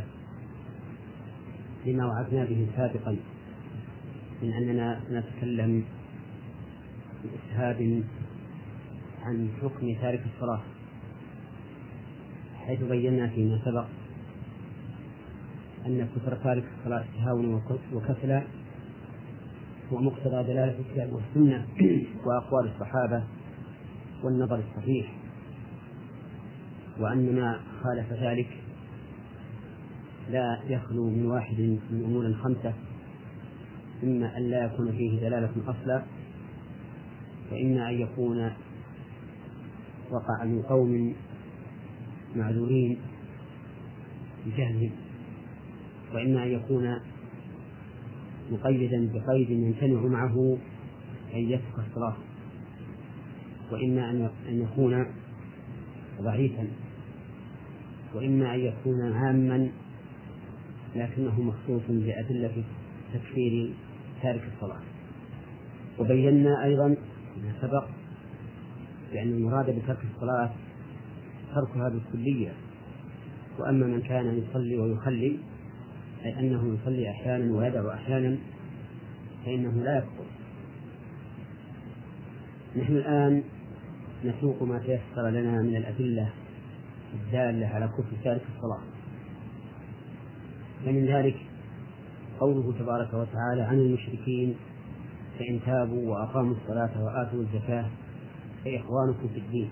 لما وعدنا به سابقا من أننا نتكلم بإسهاب عن حكم تارك الصلاة، حيث بينا فيما سبق أن كفر تارك الصلاة تهاونا وكسلا هو مقتضى دلالة الكتاب والسنة وأقوال الصحابة والنظر الصحيح، وأن ما خالف ذلك لا يخلو من واحد من أمور خمسة: إما أن لا يكون فيه دلالة أصلا، فإما أن يكون وقع من قوم معذورين بجهلهم، وإما أن يكون مقيدا بقيد يمتنع معه أن يترك الصلاة، وإما أن يكون ضعيفا، وإما أن يكون عاما لكنه مخصوص بأدلة تكفير تارك الصلاة. وبينا أيضا ما سبق بأن المراد بترك الصلاة تركها بالكلية، وأما من كان يصلي ويخلي، أي أنه يصلي أحيانا ويدع أحيانا، فإنه لا يكفر. نحن الآن نسوق ما تيسر لنا من الأدلة الدالة على كفر تارك الصلاة، فمن ذلك قوله تبارك وتعالى عن المشركين: فإن تابوا وأقاموا الصلاة وآتوا الزكاة فإخوانكم في الدين.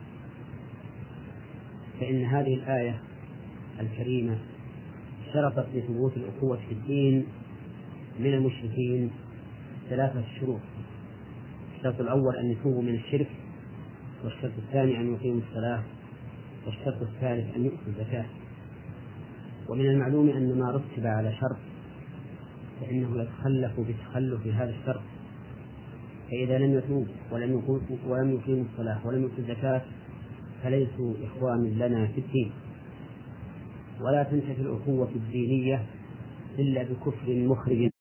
فإن هذه الآية الكريمة شرطت لثبوت الأخوة في الدين من المشركين 3 شروط: الشرط الأول أن يتوبوا من الشرك، والشرط الثاني أن يقيموا الصلاة، والشرط الثالث أن يؤتوا الزكاة. ومن المعلوم أن ما رتب على شرط فإنه يتخلف بتخلف هذا الشرط، فإذا لم يتوب ولم يقيموا الصلاة ولم يؤتوا الزكاة فليسوا إخوان لنا في الدين. ولا تنتفي الأخوة الدينية إلا بكفر مخرج